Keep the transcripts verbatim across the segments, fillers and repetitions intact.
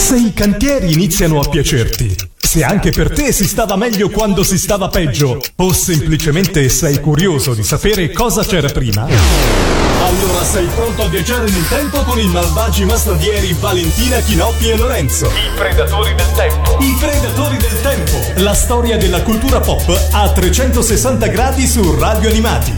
Se i cantieri iniziano a piacerti, se anche per te si stava meglio quando si stava peggio, o semplicemente sei curioso di sapere cosa c'era prima, allora sei pronto a viaggiare nel tempo con i malvagi masnadieri Valentina, Chinoppi e Lorenzo. I predatori del tempo. I predatori del tempo. La storia della cultura pop a trecentosessanta gradi su Radio Animati.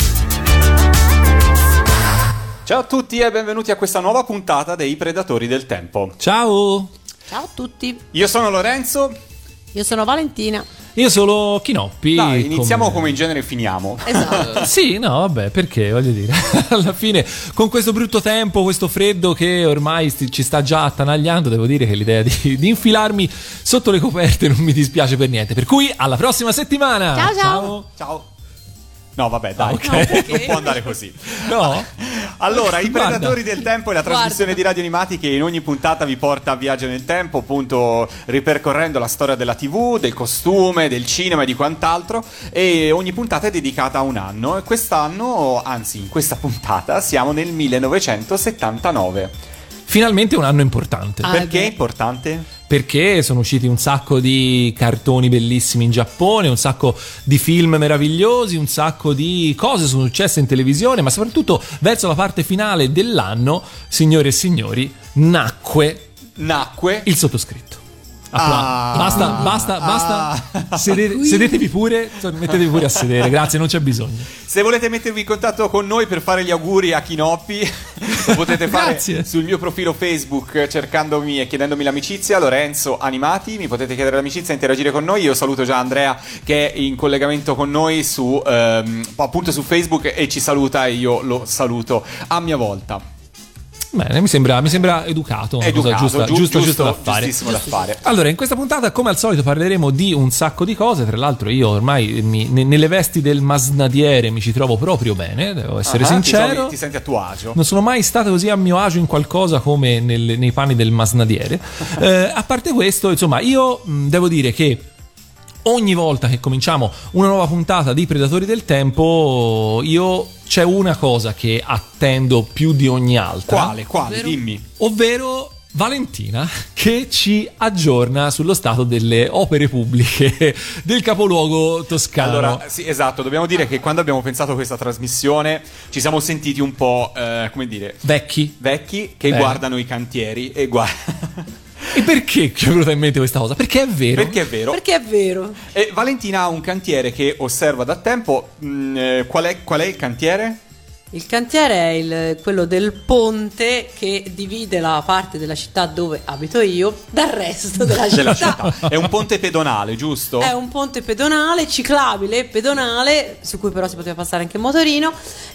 Ciao a tutti e benvenuti a questa nuova puntata dei Predatori del Tempo. Ciao! Ciao a tutti. Io sono Lorenzo. Io sono Valentina. Io sono Chinoppi. Dai, iniziamo come, come in genere finiamo. Esatto. Sì, no, vabbè, perché, voglio dire, alla fine, con questo brutto tempo, questo freddo che ormai sti, ci sta già attanagliando, devo dire che l'idea di, di infilarmi sotto le coperte non mi dispiace per niente. Per cui, alla prossima settimana! Ciao, ciao! Ciao! Ciao. No, vabbè, dai, ah, okay. non può andare così. No? Allora, i Guarda. Predatori del Tempo è la trasmissione Guarda. di Radio Animati che in ogni puntata vi porta a viaggio nel tempo, appunto ripercorrendo la storia della tivù, del costume, del cinema e di quant'altro, e ogni puntata è dedicata a un anno. E quest'anno, anzi in questa puntata, siamo nel millenovecentosettantanove. Finalmente un anno importante. Ah, Perché beh. importante? Perché sono usciti un sacco di cartoni bellissimi in Giappone, un sacco di film meravigliosi, un sacco di cose sono successe in televisione, ma soprattutto verso la parte finale dell'anno, signore e signori, nacque Nacque il sottoscritto. Appla- Ah. basta, basta, basta. Ah. Sedete- sedetevi pure, mettetevi pure a sedere, grazie, non c'è bisogno. Se volete mettervi in contatto con noi per fare gli auguri a Chinoppi, lo potete fare Grazie. sul mio profilo Facebook cercandomi e chiedendomi l'amicizia, Lorenzo Animati. Mi potete chiedere l'amicizia e interagire con noi. Io saluto già Andrea che è in collegamento con noi su ehm, appunto su Facebook e ci saluta e io lo saluto a mia volta. Bene, mi sembra, mi sembra educato, una Educato, cosa giusta, giu- giusto, giusto, giusto da fare. giustissimo da fare. Allora, in questa puntata, come al solito, parleremo di un sacco di cose. Tra l'altro, io ormai mi, ne- nelle vesti del masnadiere mi ci trovo proprio bene, devo essere Ah, sincero. Ti, trovi- ti senti a tuo agio? Non sono mai stato così a mio agio in qualcosa come nel- nei panni del masnadiere. Eh, a parte questo, insomma, io mh, devo dire che ogni volta che cominciamo una nuova puntata di Predatori del Tempo, io c'è una cosa che attendo più di ogni altra. Quale? Quale? Ovvero? Dimmi. Ovvero Valentina, che ci aggiorna sullo stato delle opere pubbliche del capoluogo toscano. Allora, sì, esatto, dobbiamo dire che quando abbiamo pensato a questa trasmissione ci siamo sentiti un po', eh, come dire, Vecchi. vecchi che Eh. guardano i cantieri e guardano... E perché ci è venuta in mente questa cosa? Perché è vero. Perché è vero. Perché è vero. E Valentina ha un cantiere che osserva da tempo. Mm, eh, qual è, qual è il cantiere? Il cantiere è il- quello del ponte che divide la parte della città dove abito io dal resto della città. Della città. È un ponte pedonale, giusto? È un ponte pedonale, ciclabile, pedonale, su cui però si poteva passare anche in motorino,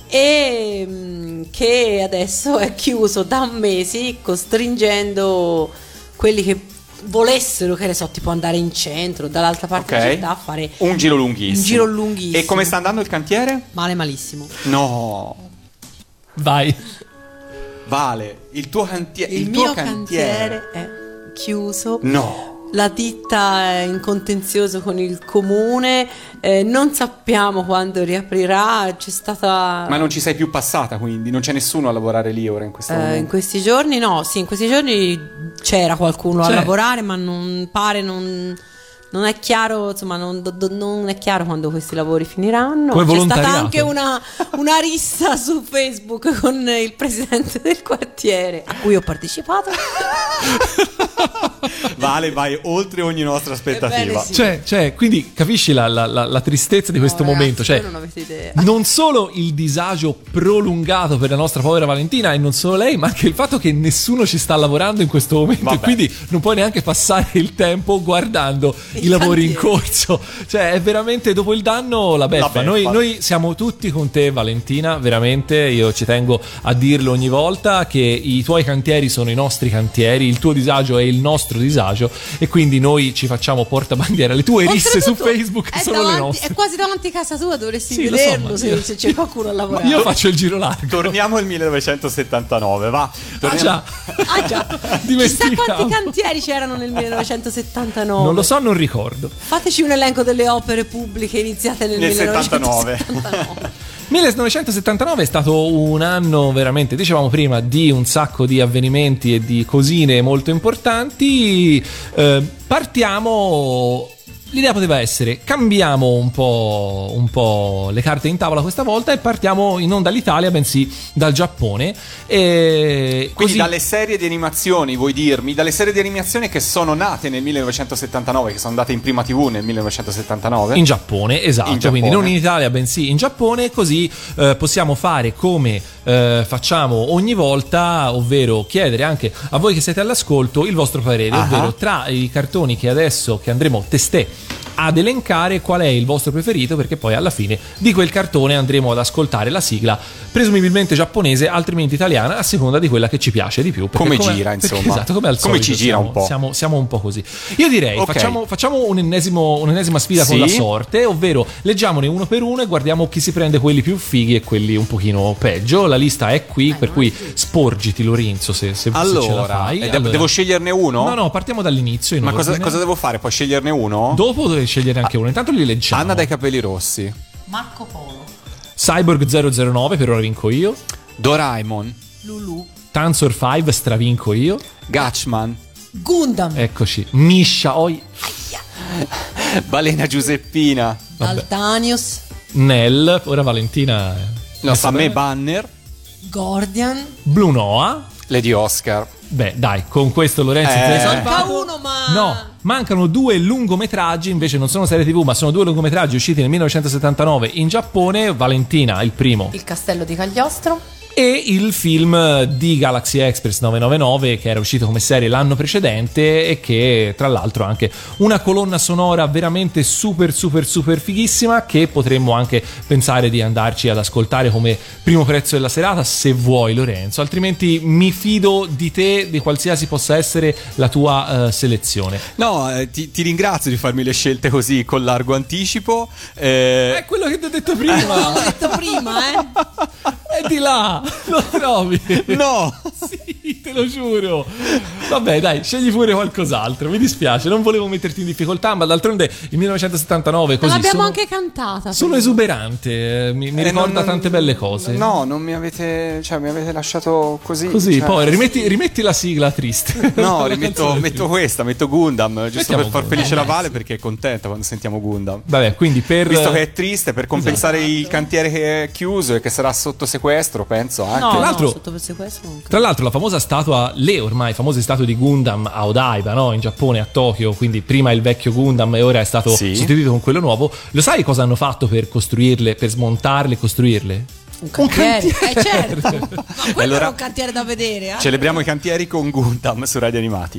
e mm, che adesso è chiuso da mesi, costringendo quelli che volessero, che ne so, tipo andare in centro, dall'altra parte Ok. della città, a fare Un giro lunghissimo. un giro lunghissimo. E come sta andando il cantiere? male malissimo. No. Vai. Vale, il tuo, cantie- Il, il tuo mio cantiere. cantiere è chiuso. No. La ditta è in contenzioso con il comune, eh, non sappiamo quando riaprirà. C'è stata Ma non ci sei più passata, quindi non c'è nessuno a lavorare lì ora in questo eh, in momento. questi giorni, no, sì, in questi giorni c'era qualcuno C'è. a lavorare, ma non pare, non, non è chiaro, insomma, non, do- do- non è chiaro quando questi lavori finiranno. Come C'è stata volontariato. anche una, una rissa su Facebook con il presidente del quartiere a cui ho partecipato. Vale, vai oltre ogni nostra aspettativa. Ebbene sì. Cioè, cioè, quindi capisci la, la- la- la tristezza di questo No, momento. ragazzi, Cioè, voi non avete idea. non solo il disagio prolungato per la nostra povera Valentina e non solo lei, ma anche il fatto che nessuno ci sta lavorando in questo momento Vabbè. e quindi non puoi neanche passare il tempo guardando Il i lavori in cantiere. corso. Cioè, è veramente dopo il danno la beffa. La beffa. Noi, noi siamo tutti con te, Valentina, veramente. Io ci tengo a dirlo ogni volta che i tuoi cantieri sono i nostri cantieri, il tuo disagio è il nostro disagio e quindi noi ci facciamo portabandiera. Le tue risse su Oltretutto, Facebook è sono le davanti- nostre. È quasi davanti a casa tua, dovresti Sì, lo so, vederlo ma se, io- se c'è qualcuno a lavorare. Io faccio il giro largo. Torniamo al millenovecentosettantanove, va. Ah Torniamo- già. Ah già, chissà Dimenticavo. quanti cantieri c'erano nel millenovecentosettantanove. Non lo so, non ricordo. Fateci un elenco delle opere pubbliche iniziate nel, Nel millenovecentosettantanove. millenovecentosettantanove è stato un anno veramente, dicevamo prima, di un sacco di avvenimenti e di cosine molto importanti. Eh, partiamo... L'idea poteva essere: cambiamo un po', un po' le carte in tavola questa volta e partiamo non dall'Italia bensì dal Giappone. E quindi così... dalle serie di animazioni, vuoi dirmi, dalle serie di animazione che sono nate nel millenovecentosettantanove, che sono andate in prima tivù nel millenovecentosettantanove? In Giappone, esatto, in Giappone. Quindi non in Italia bensì in Giappone, così eh, possiamo fare come eh, facciamo ogni volta, ovvero chiedere anche a voi che siete all'ascolto il vostro parere, uh-huh. ovvero tra i cartoni che adesso che andremo testè ad elencare qual è il vostro preferito, perché poi alla fine di quel cartone andremo ad ascoltare la sigla presumibilmente giapponese, altrimenti italiana, a seconda di quella che ci piace di più. Come, come perché, gira, insomma. Esatto, come al come solito. ci gira siamo, un po'. Siamo, siamo un po' così. Io direi, okay. facciamo, facciamo un ennesimo, un'ennesima sfida sì. con la sorte, ovvero leggiamone uno per uno e guardiamo chi si prende quelli più fighi e quelli un pochino peggio. La lista è qui, eh, per cui sì. sporgiti Lorenzo se, se, allora, se ce la fai. de- allora, devo sceglierne uno? No, no, partiamo dall'inizio. Ma cosa, cosa devo fare? Puoi sceglierne uno? Dopo devi scegliere anche uno. Intanto li leggiamo. Anna dai capelli rossi. Marco Polo. Cyborg zero zero nove, per ora vinco io. Doraemon. Lulu. Tansor cinque, stravinco io. Gatchman. Gundam. Eccoci. Misha, oi. Balena Giuseppina. Vabbè. Altanius. Nell, ora Valentina. No, fa me Banner. Gordian. Blue Noah. Lady Oscar. Beh, dai, con questo Lorenzo eh. ti hai Manca salvato. uno, ma No, mancano due lungometraggi, invece non sono serie tivù, ma sono due lungometraggi usciti nel millenovecentosettantanove in Giappone. Valentina, il primo. Il castello di Cagliostro. E il film di Galaxy Express novecentonovantanove, che era uscito come serie l'anno precedente e che tra l'altro ha anche una colonna sonora veramente super super super fighissima, che potremmo anche pensare di andarci ad ascoltare come primo prezzo della serata, se vuoi Lorenzo, altrimenti mi fido di te, di qualsiasi possa essere la tua uh, selezione. No, eh, ti, ti ringrazio di farmi le scelte così con largo anticipo. eh... È quello che ti ho detto prima. L'ho detto prima, eh. È di là, lo trovi? No. Sì, te lo giuro. Vabbè, dai, scegli pure qualcos'altro. Mi dispiace, non volevo metterti in difficoltà, ma d'altronde il millenovecentosettantanove così L'abbiamo sono, anche cantata. sono esuberante, eh, mi, mi Eh, ricorda non- tante belle cose. No, non mi avete, cioè mi avete lasciato così. Così, cioè, poi rimetti, rimetti la sigla triste. No, La rimetto canzone metto triste. questa, metto Gundam, giusto Mettiamo per far Gundam. felice la Eh, Vale, sì. perché è contenta quando sentiamo Gundam. Vabbè, quindi per Visto che è triste, per compensare il cantiere che è chiuso e che sarà sotto sequestro, penso anche. No, Tra no, l'altro- sotto per sequestro non credo. Tra l'altro la famosa statua, le ormai famose statue di Gundam a Odaiba, no? In Giappone, a Tokyo, quindi prima il vecchio Gundam e ora è stato Sì. sostituito con quello nuovo. Lo sai cosa hanno fatto per costruirle, per smontarle e costruirle? Un cantiere. Eh certo. Ma quello allora- era un cantiere da vedere, eh. Celebriamo i cantieri con Gundam su Radio Animati.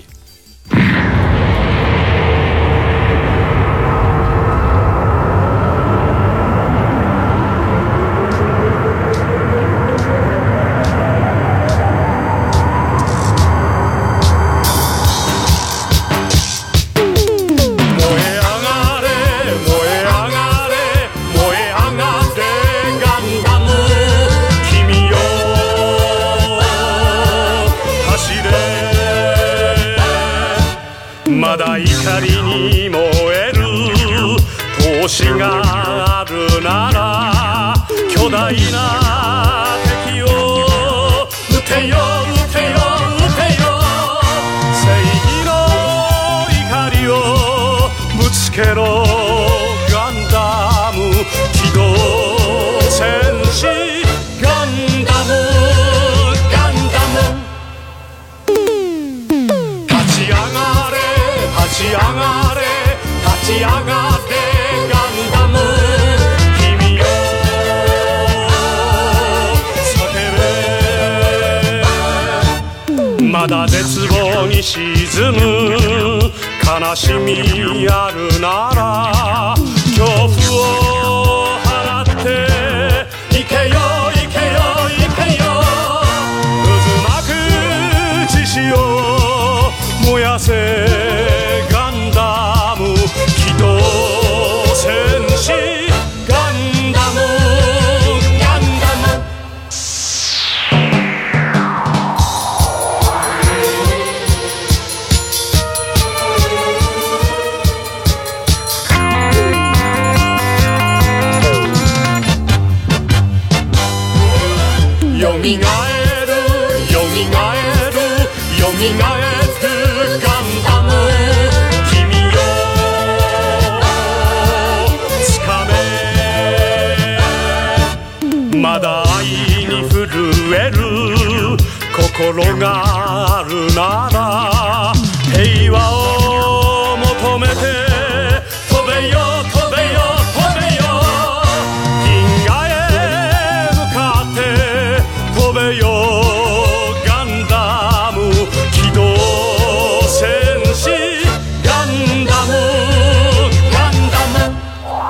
心があるなら平和を求めて飛べよ飛べよ飛べよ銀河へ向かって飛べよガンダム機動戦士ガンダムガンダム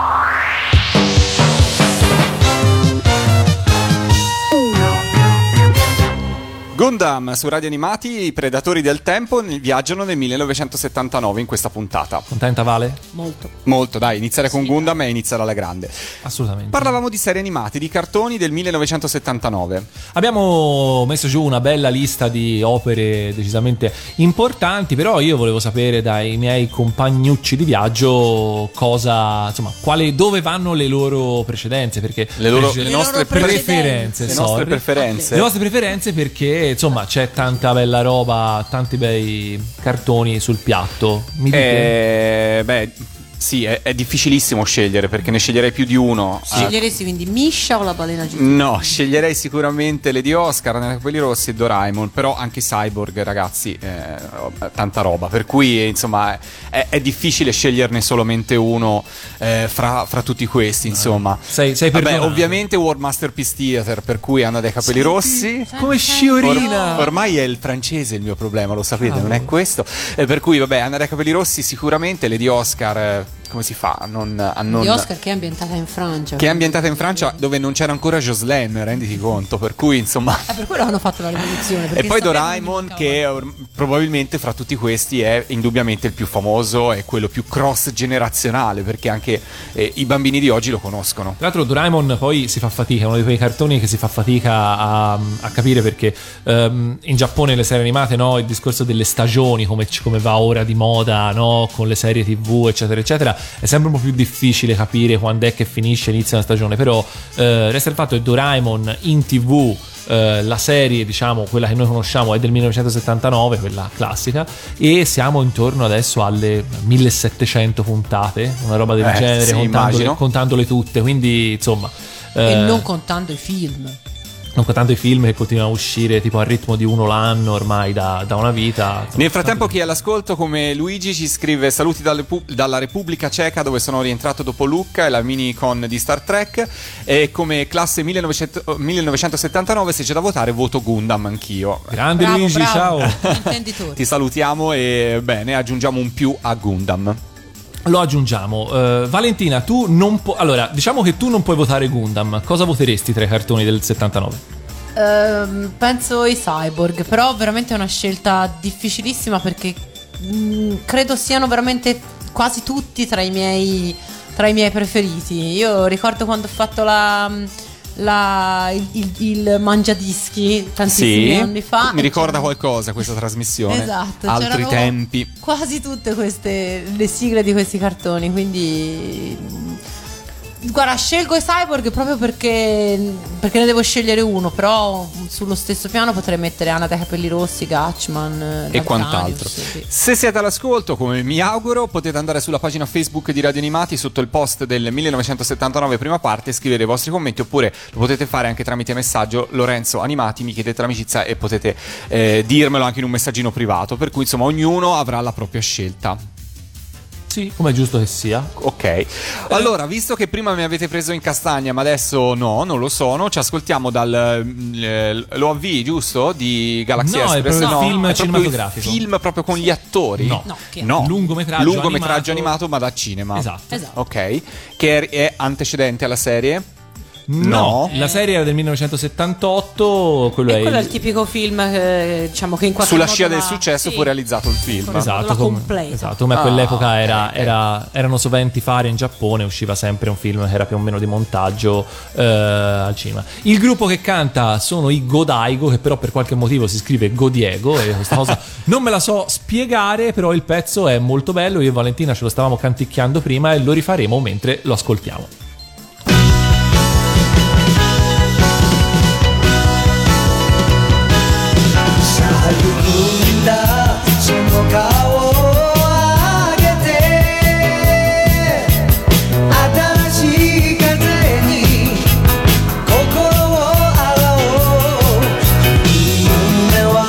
Gundam su Radio Animati, i Predatori del Tempo viaggiano nel millenovecentosettantanove in questa puntata. Contenta, Vale? Molto. Molto, dai, iniziare con Sì, Gundam e iniziare alla grande. Assolutamente. Parlavamo di serie animate, di cartoni del millenovecentosettantanove. Abbiamo messo giù una bella lista di opere decisamente importanti, però io volevo sapere dai miei compagnucci di viaggio cosa, insomma, quale, dove vanno le loro precedenze, perché Le loro- prece- le nostre preferenze, Le sorry. nostre preferenze. Le vostre preferenze, perché insomma c'è tanta bella roba, tanti bei cartoni sul piatto. Mi dite? Eh, beh, sì, è, è difficilissimo scegliere perché ne sceglierei più di uno. Sceglieresti quindi Misha o la balena gigante? No, sceglierei sicuramente Lady Oscar, Nella Capelli Rossi e Doraemon, però anche Cyborg, ragazzi, eh, tanta roba, per cui insomma è, è difficile sceglierne solamente uno eh, fra, fra tutti questi, insomma. Sei, sei Vabbè, perdonato. ovviamente World Masterpiece Theater, per cui Anna dai Capelli Rossi. Come Or- Sciorina. ormai è il francese il mio problema, lo sapete, non è questo. Eh, per cui, vabbè, Anna dai Capelli Rossi sicuramente, Lady Oscar, eh, come si fa a non... A non Di Oscar che è ambientata in Francia. che è ambientata in Francia dove non c'era ancora Jocelyn, renditi conto, per cui insomma... Eh, per quello hanno fatto la rivoluzione. E perché poi sapevano Doraemon, di che or- probabilmente fra tutti questi è indubbiamente il più famoso e quello più cross generazionale, perché anche eh, i bambini di oggi lo conoscono. Tra l'altro Doraemon poi si fa fatica, è uno di quei cartoni che si fa fatica a, a capire, perché ehm, in Giappone le serie animate, no, il discorso delle stagioni, come, come va ora di moda, no, con le serie tv eccetera eccetera, è sempre un po' più difficile capire quando è che finisce, inizia una stagione, però eh, resta il fatto che Doraemon in tv, eh, la serie, diciamo, quella che noi conosciamo è del millenovecentosettantanove, quella classica, e siamo intorno adesso alle millesettecento puntate, una roba del Eh, genere, sì, contandole, immagino. contandole tutte, quindi insomma E eh, non contando i film. non contando i film che continuano a uscire tipo al ritmo di uno l'anno ormai da, da una vita, insomma. Nel frattempo chi è all'ascolto come Luigi ci scrive saluti dalle pu- dalla Repubblica Ceca, dove sono rientrato dopo Lucca e la mini-con di Star Trek, e come classe millenovecento millenovecentosettantanove, se c'è da votare voto Gundam anch'io. Grande Bravo, Luigi, bravo. ciao. Intenditori. Ti salutiamo e bene, aggiungiamo un più a Gundam. Lo aggiungiamo. Uh, Valentina, tu non puoi. Allora, diciamo che tu non puoi votare Gundam. Cosa voteresti tra i cartoni del settantanove? Ehm, penso i Cyborg, però veramente è una scelta difficilissima perché mh, credo siano veramente quasi tutti tra i miei tra i miei preferiti. Io ricordo quando ho fatto la, la il, il, il mangiadischi tantissimi Sì, anni fa. mi e ricorda c'erano- qualcosa questa trasmissione. Esatto, Altri c'erano tempi. quasi tutte queste le sigle di questi cartoni, quindi guarda, scelgo i Cyborg proprio perché perché ne devo scegliere uno, però sullo stesso piano potrei mettere Anna dai Capelli Rossi, Gatchman E Daltanius, quant'altro. sì. Se siete all'ascolto, come mi auguro, potete andare sulla pagina Facebook di Radio Animati sotto il post del millenovecentosettantanove prima parte e scrivere i vostri commenti, oppure lo potete fare anche tramite messaggio. Lorenzo Animati, mi chiedete l'amicizia e potete eh, dirmelo anche in un messaggino privato, per cui insomma ognuno avrà la propria scelta. Sì, come è giusto che sia. Ok, allora, visto che prima mi avete preso in castagna ma adesso no, non lo sono, ci ascoltiamo dal eh, l'O A V, giusto? Di Galaxy No, è Express. proprio il film è proprio cinematografico. il film proprio con gli attori. No. No, che- Lungometraggio Lungometraggio animato. animato ma da cinema. Esatto. Esatto. Ok, che è, è antecedente alla serie. No, No. la serie era del millenovecentosettantotto, quello E è quello è il- il tipico film che, diciamo, che in qualche Sulla modo scia del va- successo sì. fu realizzato il film. Esatto, la come, completa. esatto, come a Ah, quell'epoca era, ok, era- erano soventi fare in Giappone, usciva sempre un film che era più o meno di montaggio eh, al cinema. Il gruppo che canta sono i Godaigo, che però per qualche motivo si scrive Godiego, e questa cosa non me la so spiegare, però il pezzo è molto bello. Io e Valentina ce lo stavamo canticchiando prima e lo rifaremo mentre lo ascoltiamo. その顔を上げて新しい風に心を洗おう夢は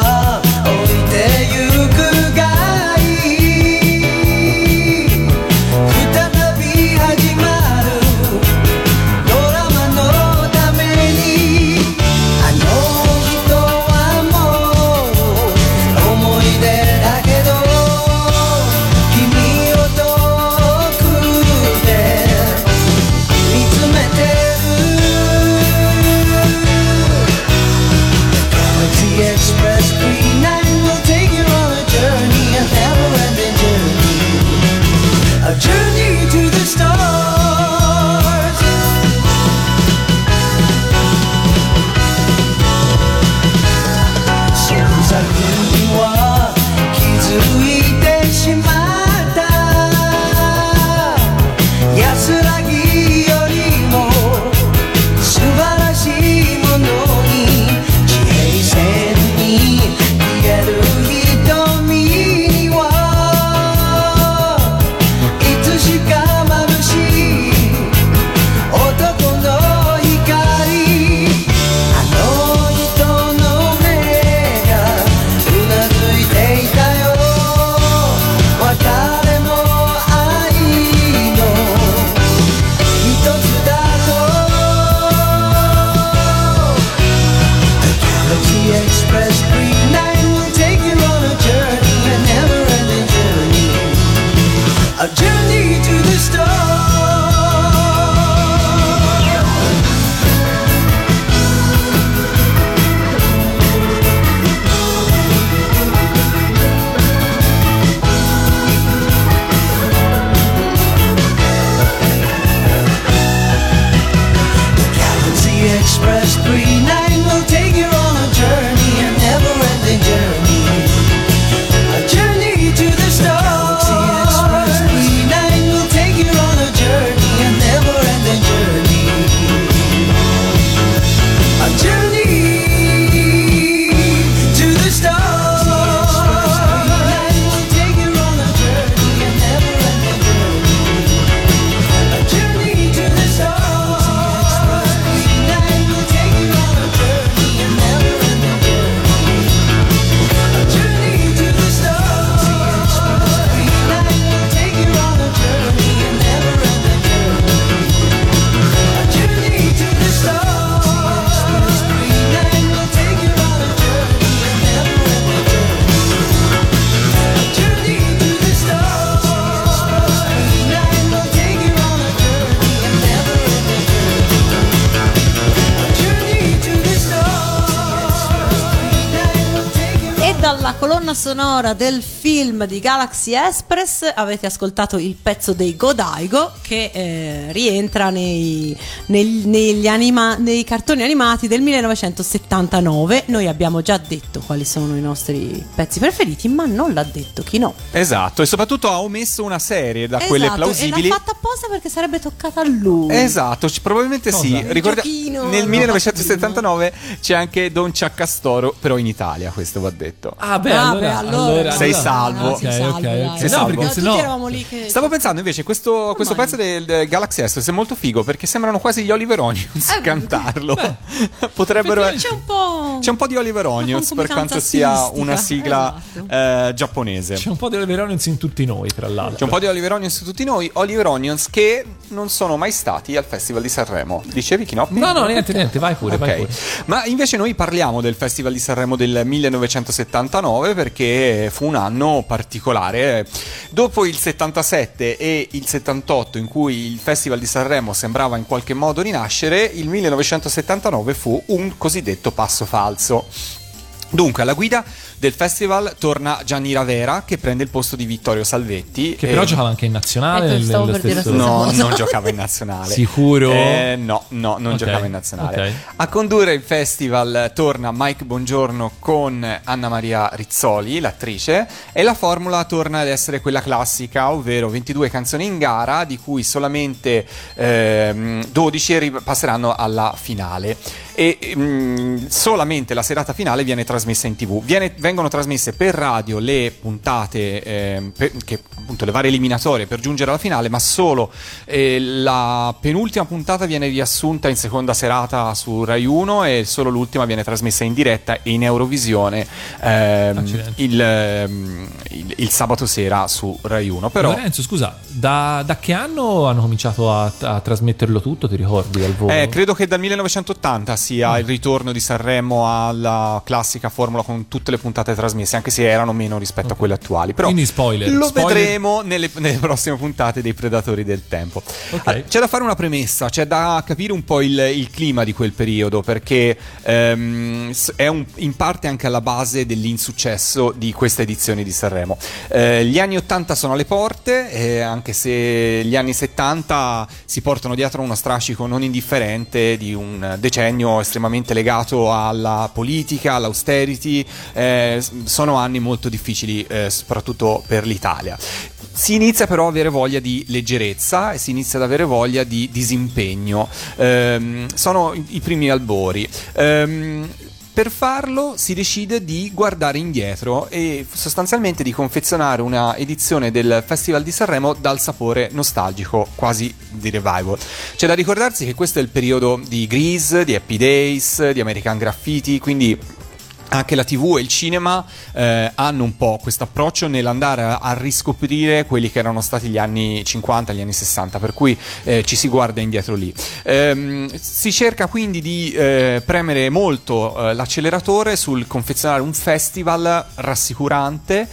colonna sonora del film di Galaxy Express. Avete ascoltato il pezzo dei Godiva, che eh, rientra nei, nei, negli anima, nei cartoni animati del millenovecentosettantanove. Noi abbiamo già detto quali sono i nostri pezzi preferiti, ma non l'ha detto Chi-no. Esatto, e soprattutto ha omesso una serie da Esatto, quelle plausibili. e l'ha fatta apposta perché sarebbe toccata a lui. Esatto, c- probabilmente Cosa? sì. Ricorda- giochino, nel no, millenovecentosettantanove c'è anche Don Ciaccastoro, però in Italia, questo va detto. Ah, beh, Ah, allora, beh, allora- allora- Sei allora- salvo. Ok, sei salvo, ok, dai. ok. Sei No, salvo. perché No, sennò tutti eravamo lì che... Stavo pensando invece questo, questo mai? pezzo del, del Galaxy Express è molto figo perché sembrano quasi gli Oliver Onions Eh, cantarlo. Potrebbero Perché c'è un po'... c'è un po' di Oliver Onions per quanto sia una sigla Esatto. eh, giapponese. c'è un po' di Oliver Onions in tutti noi, tra l'altro. C'è un po' di Oliver Onions su tutti noi, Oliver Onions che non sono mai stati al Festival di Sanremo. Dicevi Chinoppi? No, no, niente, niente, vai pure, vai Ok, pure. ma invece noi parliamo del Festival di Sanremo del millenovecentosettantanove perché fu un anno particolare. Dopo il settantasette e il settantotto, in cui il Festival di Sanremo sembrava in qualche modo rinascere, il millenovecentosettantanove fu un cosiddetto passo falso. Dunque, alla guida del festival torna Gianni Ravera, che prende il posto di Vittorio Salvetti. Che e- però giocava anche in nazionale. Ecco, nel- stavo nello per dire stesso- la No, cosa. non giocava in nazionale. Sicuro? Eh, no, no, non Ok, giocava in nazionale. ok. A condurre il festival torna Mike Bongiorno con Anna Maria Rizzoli, l'attrice, e la formula torna ad essere quella classica, ovvero ventidue canzoni in gara, di cui solamente ehm, dodici arri- passeranno alla finale. E mm, solamente la serata finale viene trasmessa in tivù. Viene- vengono trasmesse per radio le puntate, ehm, per- che appunto le varie eliminatorie per giungere alla finale, ma solo eh, la penultima puntata viene riassunta in seconda serata su Rai uno e solo l'ultima viene trasmessa in diretta e in Eurovisione ehm, Accidenti. il, ehm, il- il sabato sera su Rai uno. Però Lorenzo, scusa, da, da che anno hanno cominciato a, a trasmetterlo tutto, ti ricordi, al volo? Eh, credo che dal millenovecentottanta sia il ritorno di Sanremo alla classica formula con tutte le puntate trasmesse, anche se erano meno rispetto a quelle attuali. Però Quindi spoiler, lo spoiler. vedremo nelle, nelle prossime puntate dei Predatori del Tempo. Ok. Ah, c'è da fare una premessa, c'è da capire un po' il, il clima di quel periodo, perché ehm, s- è un- in parte anche alla base dell'insuccesso di questa edizione di Sanremo. Eh, gli anni ottanta sono alle porte, eh, anche se gli anni settanta si portano dietro uno strascico non indifferente di un decennio estremamente legato alla politica, all'austerity. Eh, s- sono anni molto difficili, eh, soprattutto per l'Italia. Si inizia però ad avere voglia di leggerezza e si inizia ad avere voglia di disimpegno. Ehm, sono i, i primi albori. Ehm, Per farlo si decide di guardare indietro e sostanzialmente di confezionare una edizione del Festival di Sanremo dal sapore nostalgico, quasi di revival. C'è da ricordarsi che questo è il periodo di Grease, di Happy Days, di American Graffiti, quindi anche la tivù e il cinema eh, hanno un po' questo approccio nell'andare a, a riscoprire quelli che erano stati gli anni cinquanta, gli anni sessanta, per cui eh, ci si guarda indietro lì. Ehm, si cerca quindi di eh, premere molto eh, l'acceleratore sul confezionare un festival rassicurante,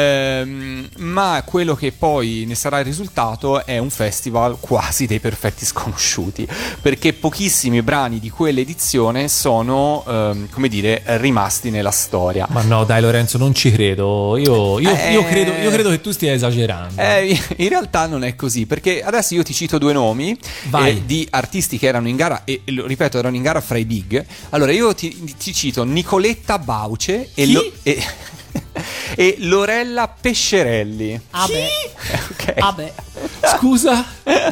ehm, ma quello che poi ne sarà il risultato è un festival quasi dei perfetti sconosciuti, perché pochissimi brani di quell'edizione sono, ehm, come dire, rimasti nella storia. Ma no, dai Lorenzo, non ci credo. Io, io, Eh. io credo, io credo che tu stia esagerando. Eh, in realtà non è così, perché adesso io ti cito due nomi Vai. eh, di artisti che erano in gara e, e lo ripeto, erano in gara fra i big. Allora io ti, ti cito Nicoletta Bauce e, Chi? Lo- e, e Lorella Pescerelli. Ah beh, Ok. ah beh. Scusa?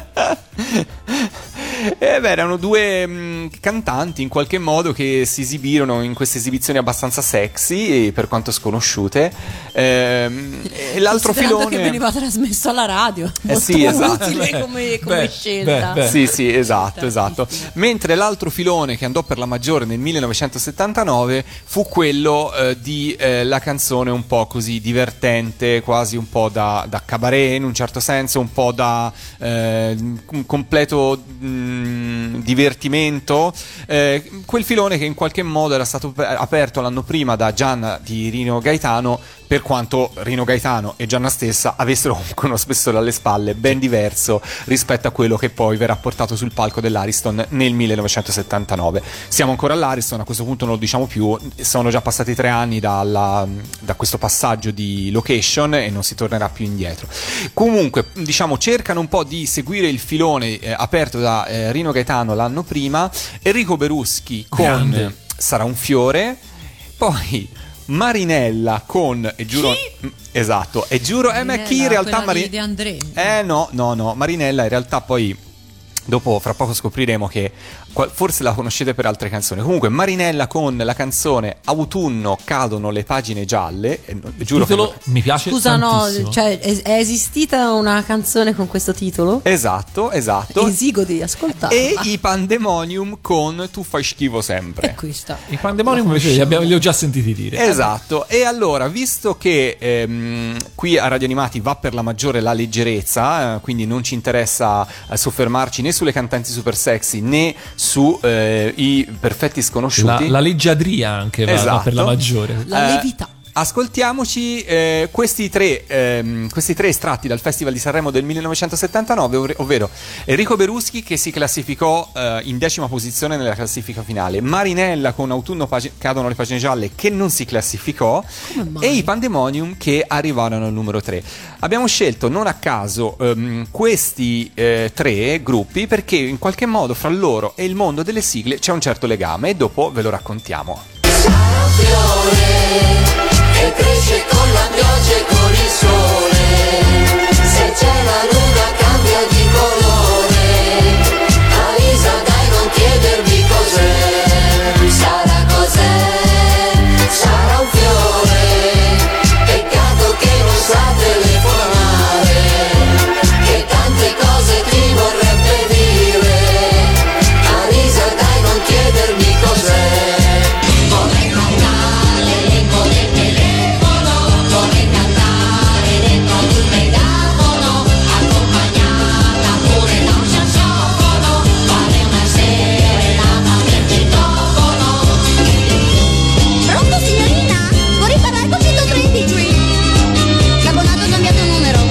Eh beh, erano due mh, cantanti in qualche modo che si esibirono in queste esibizioni abbastanza sexy e per quanto sconosciute. Ehm, e l'altro Considerando filone che veniva trasmesso alla radio, molto sì, esatto. utile come, come Beh, scelta. beh, beh. Sì, sì, esatto, esatto. Artistica. Mentre l'altro filone che andò per la maggiore nel millenovecentosettantanove fu quello eh, di eh, la canzone un po' così divertente, quasi un po' da, da cabaret in un certo senso, un po' da eh, un completo mh, divertimento. Eh, quel filone che in qualche modo era stato pe- aperto l'anno prima da Gianna di Rino Gaetano per quanto Rino Gaetano e Gianna stessa avessero comunque uno spessore alle spalle ben diverso rispetto a quello che poi verrà portato sul palco dell'Ariston nel millenovecentosettantanove. Siamo ancora all'Ariston, a questo punto non lo diciamo più, sono già passati tre anni dalla, da questo passaggio di location e non si tornerà più indietro. Comunque, diciamo, cercano un po' di seguire il filone eh, aperto da eh, Rino Gaetano l'anno prima, Enrico Beruschi con Grande. Sarà un fiore, poi Marinella con e giuro Chi? esatto e giuro eh ma chi in Marinella, realtà quella di- Mari- di André. eh no no no Marinella in realtà poi dopo fra poco scopriremo che qual- forse la conoscete per altre canzoni. Comunque Marinella con la canzone Autunno cadono le pagine gialle, e no- giuro che titolo mi piace Scusa, no, tantissimo. cioè, è, è esistita una canzone con questo titolo? esatto esatto Esigo di ascoltarla. e i Pandemonium con Tu fai schifo sempre. E questa. I Pandemonium invece li, abbiamo, li ho già sentiti dire. Esatto, e allora, visto che ehm, qui a Radio Animati va per la maggiore la leggerezza, eh, quindi non ci interessa eh, soffermarci né sulle cantanti super sexy né su eh, i perfetti La, sconosciuti. la leggiadria anche va, va Esatto. per la maggiore. La Eh, levità. Ascoltiamoci eh, questi, tre, ehm, questi tre estratti dal Festival di Sanremo del millenovecentosettantanove, ov- ovvero Enrico Beruschi che si classificò eh, in decima posizione nella classifica finale, Marinella con Autunno pag- cadono le pagine gialle che non si classificò e i Pandemonium che arrivarono al numero tre. Abbiamo scelto non a caso ehm, questi eh, tre gruppi perché in qualche modo fra loro e il mondo delle sigle c'è un certo legame e dopo ve lo raccontiamo. Che cresce con la pioggia e con il sole. Se c'è la luna cambia di colore. Alisa dai non chiedermi cos'è. Sarà cos'è, sarà un fiore. Peccato che non sa telefonare. Che tante cose ti vorrebbe dire. Alisa dai non chiedermi cos'è. Come cantare l'eco del telefono, come cantare dentro ad un megafono, accompagnata pure da un sassofono, fare una serenata per citofono. Pronto signorina? Vuoi riparare con centotredici? L'abbonato ha cambiato numero.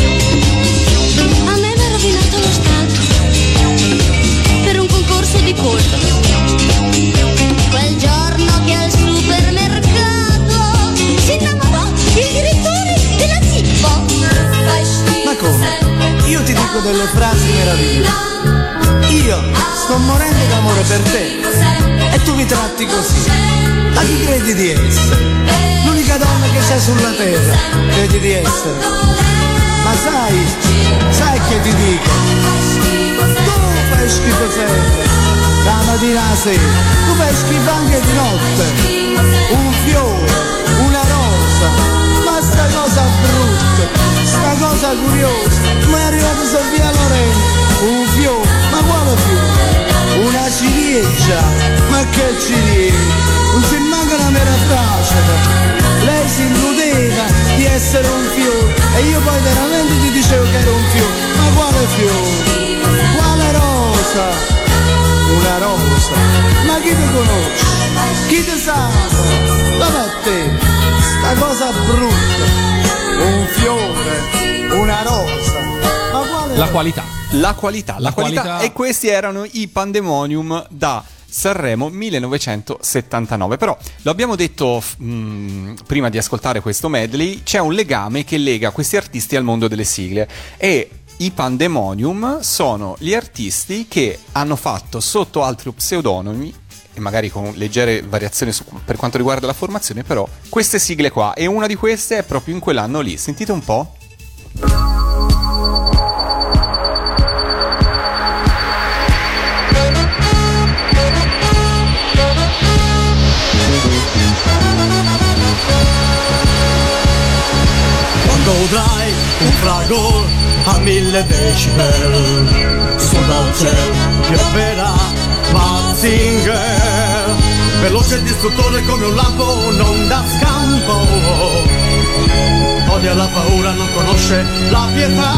A me mi ha rovinato lo stato per un concorso di colpo. Quel giorno che al supermercato si innamorò il direttore della Zippo. Ma come? Io ti dico delle frasi meravigliose. Io sto morendo d'amore per te e tu mi tratti così. Ma chi credi di essere? L'unica donna che c'è sulla terra, credi di essere? Ma sai, sai che ti dico? Tu fai schifo sempre, la mattina alla sera, tu fai schifo anche di notte. Un fiore, una rosa, ma sta cosa brutta, sta cosa curiosa, ma è arrivato Sofia Loren, un fiore, ma quale fiore? Una ciliegia, ma che ciliegia? Non si manca una mera frase. Lei si illudeva di essere un fiore e io poi veramente ti dicevo che era un fiore. Ma quale fiore? Quale rosa? Una rosa. Ma chi ti conosce? Chi ti sa? Dov'è te? Sta cosa brutta. Un fiore, una rosa. Ma quale La rosa? qualità. La qualità, la, La qualità. qualità. E questi erano i Pandemonium da Sanremo millenovecentosettantanove. Però lo abbiamo detto mh, prima di ascoltare questo medley, c'è un legame che lega questi artisti al mondo delle sigle e i Pandemonium sono gli artisti che hanno fatto sotto altri pseudonimi e magari con leggere variazioni su, per quanto riguarda la formazione, però queste sigle qua, e una di queste è proprio in quell'anno lì. Sentite un po'. Quando udrai un fragor a mille decibel, su dal cielo pioverà Mazinger, veloce e distruttore come un lampo, non dà scampo, odia la paura, non conosce la pietà,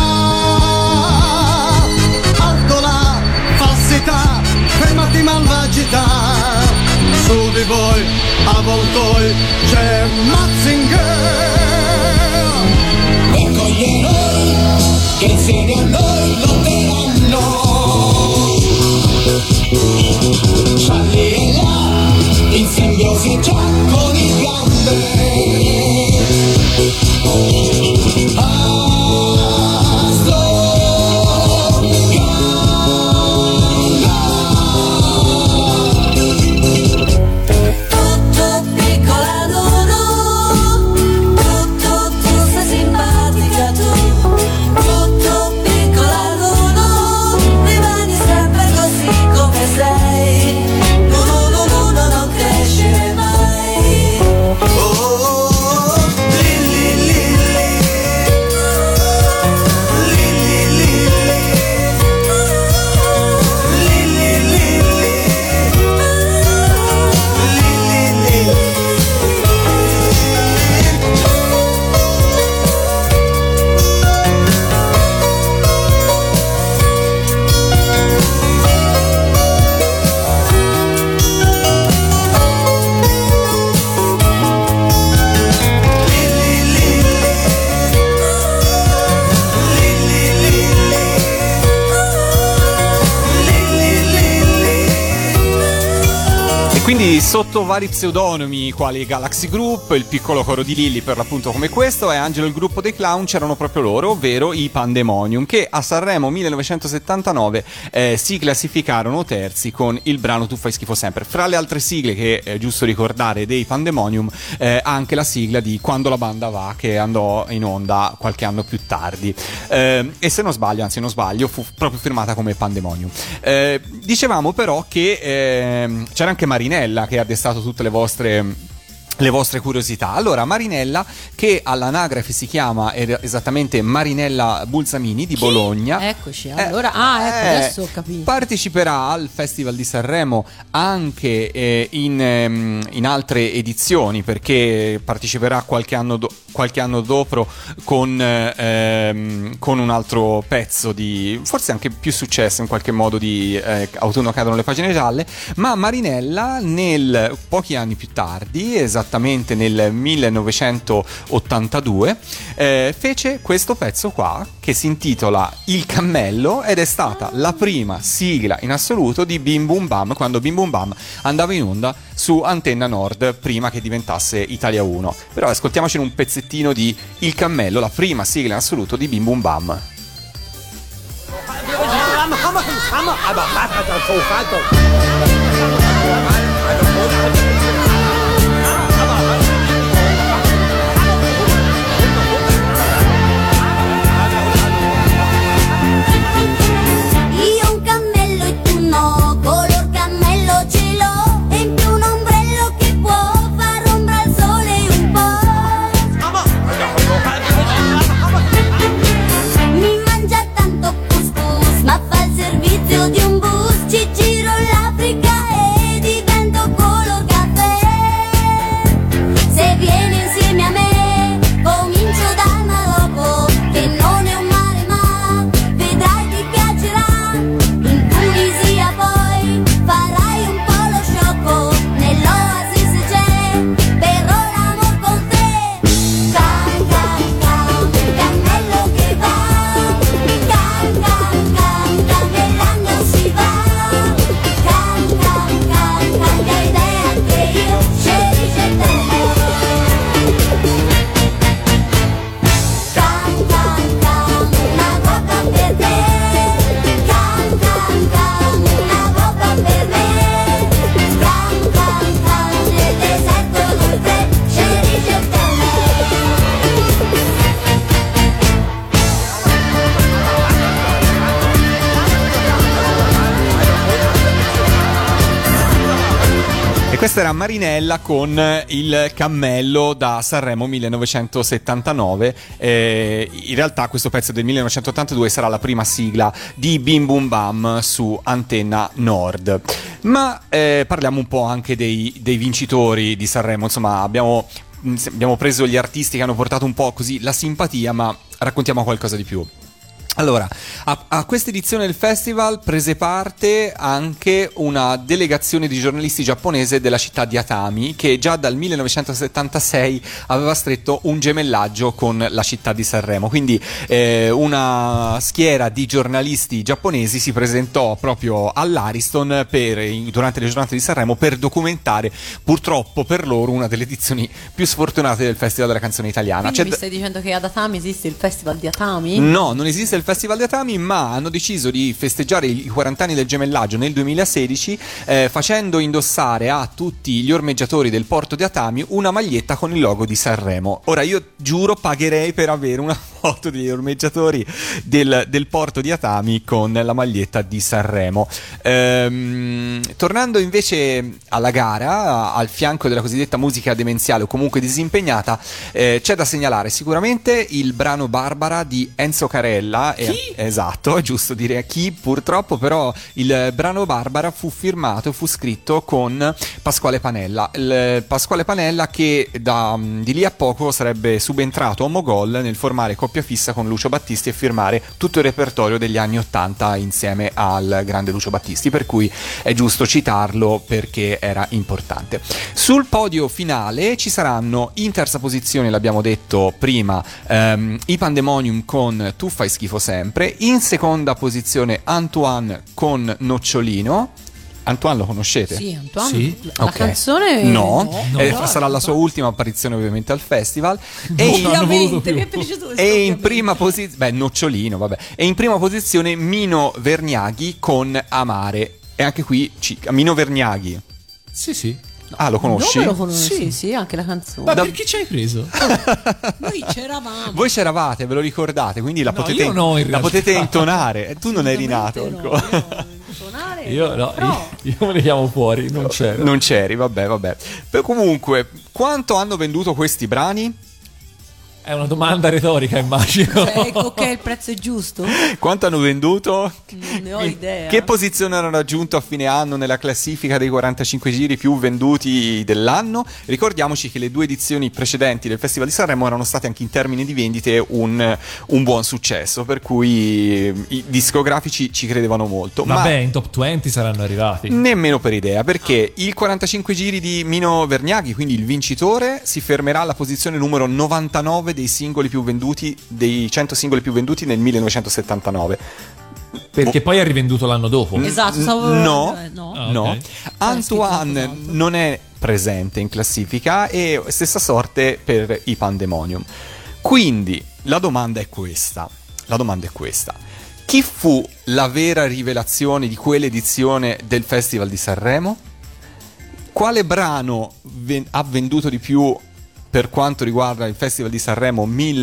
alto la falsità, fermati malvagità, su di voi avvoltoi c'è Mazinger. gli eroi che insieme a noi lotteranno. Charlie è là, in simbiosi già con il gambe. Quindi sotto vari pseudonimi quali Galaxy Group, il piccolo coro di Lilli per l'appunto come questo, e Angelo il gruppo dei clown, c'erano proprio loro, ovvero i Pandemonium, che a Sanremo millenovecentosettantanove eh, si classificarono terzi con il brano Tu fai schifo sempre. Fra le altre sigle che è giusto ricordare dei Pandemonium, eh, anche la sigla di Quando la banda va, che andò in onda qualche anno più tardi, eh, e se non sbaglio, anzi non sbaglio, fu proprio firmata come Pandemonium. Eh, dicevamo però che eh, c'era anche Marinella che ha destato tutte le vostre le vostre curiosità. Allora, Marinella, che all'anagrafe si chiama esattamente Marinella Bulsamini di Chi? Bologna. Eccoci, allora, eh, ah, ecco, eh, adesso ho capito. Parteciperà al Festival di Sanremo anche eh, in, in altre edizioni, perché parteciperà qualche anno, do, qualche anno dopo con, ehm, con un altro pezzo di, forse anche più successo in qualche modo, di eh, Autunno cadono le pagine gialle. Ma Marinella, nel pochi anni più tardi, esattamente esattamente nel millenovecentottantadue, eh, fece questo pezzo qua che si intitola Il Cammello, ed è stata la prima sigla in assoluto di Bim Bum Bam, quando Bim Bum Bam andava in onda su Antenna Nord prima che diventasse Italia uno. Però ascoltiamoci un pezzettino di Il Cammello, la prima sigla in assoluto di Bim Bum Bam. Io un cammello e tu no, color cammello ce l'ho, e in più un ombrello che può far ombra al sole un po'. Mi mangia tanto couscous, ma fa il servizio di un bus, ci giro l'Africa e divento color caffè. Se vieni insieme a me, comincio dal Marocco, che non è un mare ma vedrai ti piacerà. In Tunisia poi farai un po' lo sciocco, nell'oasi se c'è, berrò l'amor con te. Cam cam cam, cammello che va, cam cam cam, camellando si va. Cam cam cam, cambia idea anche io, scegli scegliamo. Cam cam cam, una bocca per te. Cam cam cam, una bocca per me. Cam cam cam, nel deserto noi tre, scegli scegliamo. E questa era Marinella con Il Cammello da Sanremo millenovecentosettantanove. Eh, in realtà questo pezzo del millenovecentottantadue sarà la prima sigla di Bim Bum Bam su Antenna Nord. Ma eh, parliamo un po' anche dei, dei vincitori di Sanremo. Insomma, abbiamo, abbiamo preso gli artisti che hanno portato un po' così la simpatia, ma raccontiamo qualcosa di più. Allora, a, a questa edizione del festival prese parte anche una delegazione di giornalisti giapponese della città di Atami, che già dal millenovecentosettantasei aveva stretto un gemellaggio con la città di Sanremo. Quindi eh, una schiera di giornalisti giapponesi si presentò proprio all'Ariston per, in, durante le giornate di Sanremo per documentare, purtroppo per loro, una delle edizioni più sfortunate del Festival della Canzone Italiana. Quindi C'è mi d- stai dicendo che ad Atami esiste il festival di Atami? No, non esiste il Festival di Atami, ma hanno deciso di festeggiare i quaranta anni del gemellaggio nel duemilasedici eh, facendo indossare a tutti gli ormeggiatori del porto di Atami una maglietta con il logo di Sanremo. Ora io giuro pagherei per avere una foto degli ormeggiatori del, del porto di Atami con la maglietta di Sanremo. Ehm, tornando invece alla gara, al fianco della cosiddetta musica demenziale o comunque disimpegnata, eh, c'è da segnalare sicuramente il brano Barbara di Enzo Carella. Chi? Eh, esatto, è giusto dire chi, purtroppo però il brano Barbara fu firmato, fu scritto con Pasquale Panella. Il Pasquale Panella che da, di lì a poco sarebbe subentrato a Mogol nel formare coppia fissa con Lucio Battisti e firmare tutto il repertorio degli anni ottanta insieme al grande Lucio Battisti, per cui è giusto citarlo perché era importante. Sul podio finale ci saranno in terza posizione, l'abbiamo detto prima, ehm, i Pandemonium con Tu fai schifo sempre, in seconda posizione Antoine con Nocciolino. Antoine lo conoscete? Sì, Antoine. Sì. La Ok. canzone No, No. Eh, No. sarà la sua ultima apparizione ovviamente al festival. E No, in- hanno voluto Ovviamente, più. che preciso questo e in ovviamente. prima posizione, beh, Nocciolino, vabbè. E in prima posizione Mino Vergnaghi con Amare. E anche qui ci- Mino Vergnaghi. Sì, sì. Ah, lo conosci? Dove lo conosci? Sì. Sì, sì, anche la canzone. Ma Da- perché ci hai preso? Noi c'eravamo. Voi c'eravate, ve lo ricordate, quindi la No, potete, io no, in la realtà. potete intonare. Eh, Tu non eri nato Assolutamente ancora. no, io suonare, Io no, però- io, io me ne chiamo fuori, non c'ero. Non c'eri, vabbè, vabbè. Però comunque, quanto hanno venduto questi brani? È una domanda retorica, immagino. Cioè, ok, il prezzo è giusto? Quanto hanno venduto? Non ne ho In- idea. Che posizione hanno raggiunto a fine anno nella classifica dei quarantacinque giri più venduti dell'anno? Ricordiamoci che le due edizioni precedenti del Festival di Sanremo erano state anche in termini di vendite un, un buon successo, per cui eh, i discografici ci credevano molto. Vabbè, Ma in top venti saranno arrivati. nemmeno per idea, perché il quarantacinque giri di Mino Vergnaghi, quindi il vincitore, si fermerà alla posizione numero novantanove dei singoli più venduti, dei cento singoli più venduti nel millenovecentosettantanove. Perché poi è rivenduto l'anno dopo. Esatto, stavo... No, eh, no. Ah, no. ok. Antoine scritto non è presente in classifica e stessa sorte per i Pandemonium. Quindi la domanda è questa. La domanda è questa. Chi fu la vera rivelazione di quell'edizione del Festival di Sanremo? Quale brano ven- ha venduto di più per quanto riguarda il Festival di Sanremo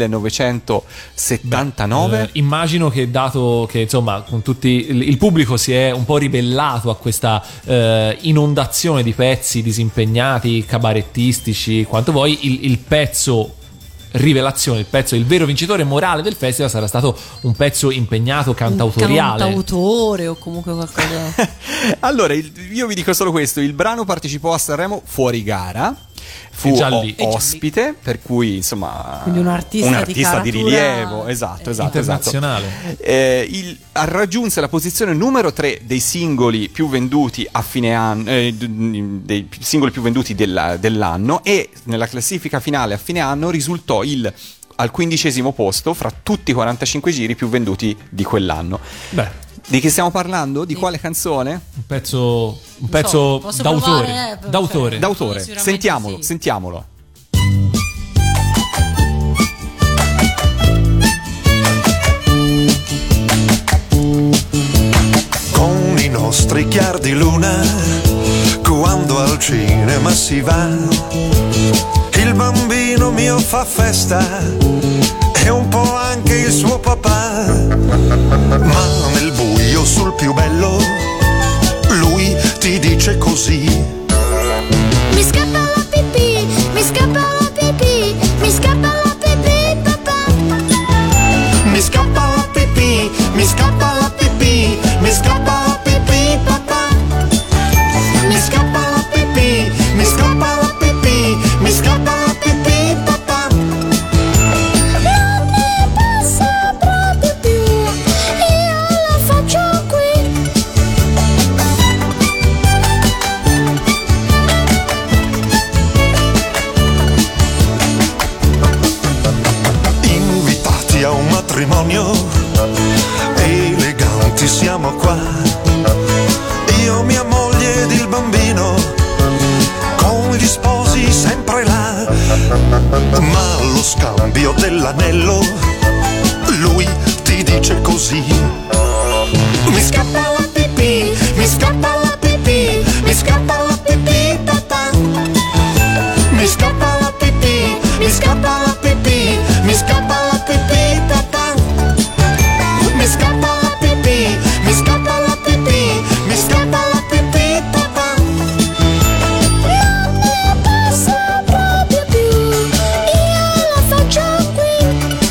millenovecentosettantanove? Eh, immagino che, dato che insomma con tutti il, il pubblico si è un po' ribellato a questa eh, inondazione di pezzi disimpegnati, cabarettistici, quanto vuoi, il, il pezzo rivelazione, il pezzo, il vero vincitore morale del festival sarà stato un pezzo impegnato cantautoriale. Un cantautore o comunque qualcosa. Allora, il- io vi dico solo questo: il brano partecipò a Sanremo fuori gara, fu E già o- lì. E già lì. ospite, per cui insomma Quindi un artista un di artista di, caratura, rilievo, esatto, eh, esatto, esatto. internazionale. Eh, il- raggiunse la posizione numero tre dei singoli più venduti a fine anno, eh, d- dei singoli più venduti della- dell'anno, e nella classifica finale a fine anno risultò il al quindicesimo posto fra tutti i quarantacinque giri più venduti di quell'anno. Beh, Di che stiamo parlando? Di Sì. quale canzone? un pezzo, un so, pezzo posso d'autore. provare, eh, per- d'autore. D'autore, Sicuramente sentiamolo, sì. sentiamolo. Con i nostri chiar di luna, quando al cinema si va, il bambino mio fa festa e un po' anche il suo papà, ma nel buio sul più bello lui ti dice così: Mi scappa la pipì, mi scappa la pipì, mi scappa la pipì, papà. mi scappa la pipì, mi scappa la pipì, mi scappa la pipì, papà. Mi scappa la pipì, mi scappa la pipì, mi scappa la pipì, papà. Non mi passa proprio più tutti siamo qua, io, mia moglie ed il bambino, con gli sposi sempre là. Ma allo scambio dell'anello lui ti dice così: mi scappa la pipì, mi scappa la pipì, mi scappa la pipì, papà. Mi scappa la pipì, mi scappa la pipì, mi scappa la pipì, papà. Mi scappa la pipì, mi scappa la pipì, mi scappa la pipì, papà. Non ne passa proprio più, io la faccio qui.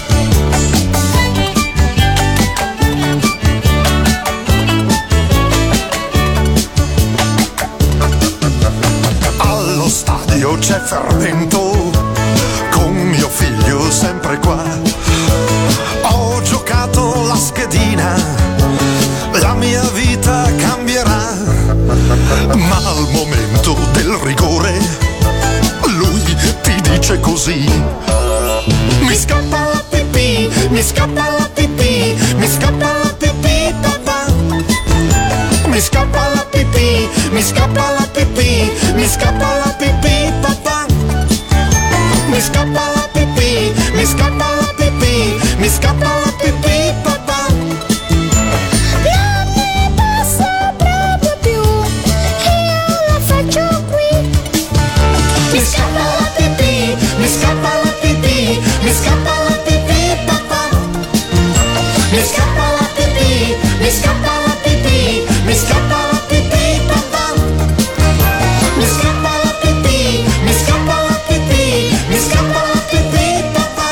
Allo stadio c'è fermento, con mio figlio sempre qua. Ho giocato la schedina, la mia vita cambierà. Ma al momento del rigore lui ti dice così: mi scappa la pipì, mi scappa la pipì, mi scappa la pipì, papà. Mi scappa la pipì, mi scappa la pipì, mi scappa la pipì, papà. Mi scappa la pipì, mi scappa la pipì, mi scappa la pipì, papà. Non ne passa proprio più, io la faccio qui. Mi scappa la pipì, mi scappa la pipì, mi scappa la pipì, papà. Mi scappa la pipì, mi scappa la pipì, mi scappa la pipì, papà. Mi scappa la pipì, mi scappa la pipì, mi scappa la pipì, papà.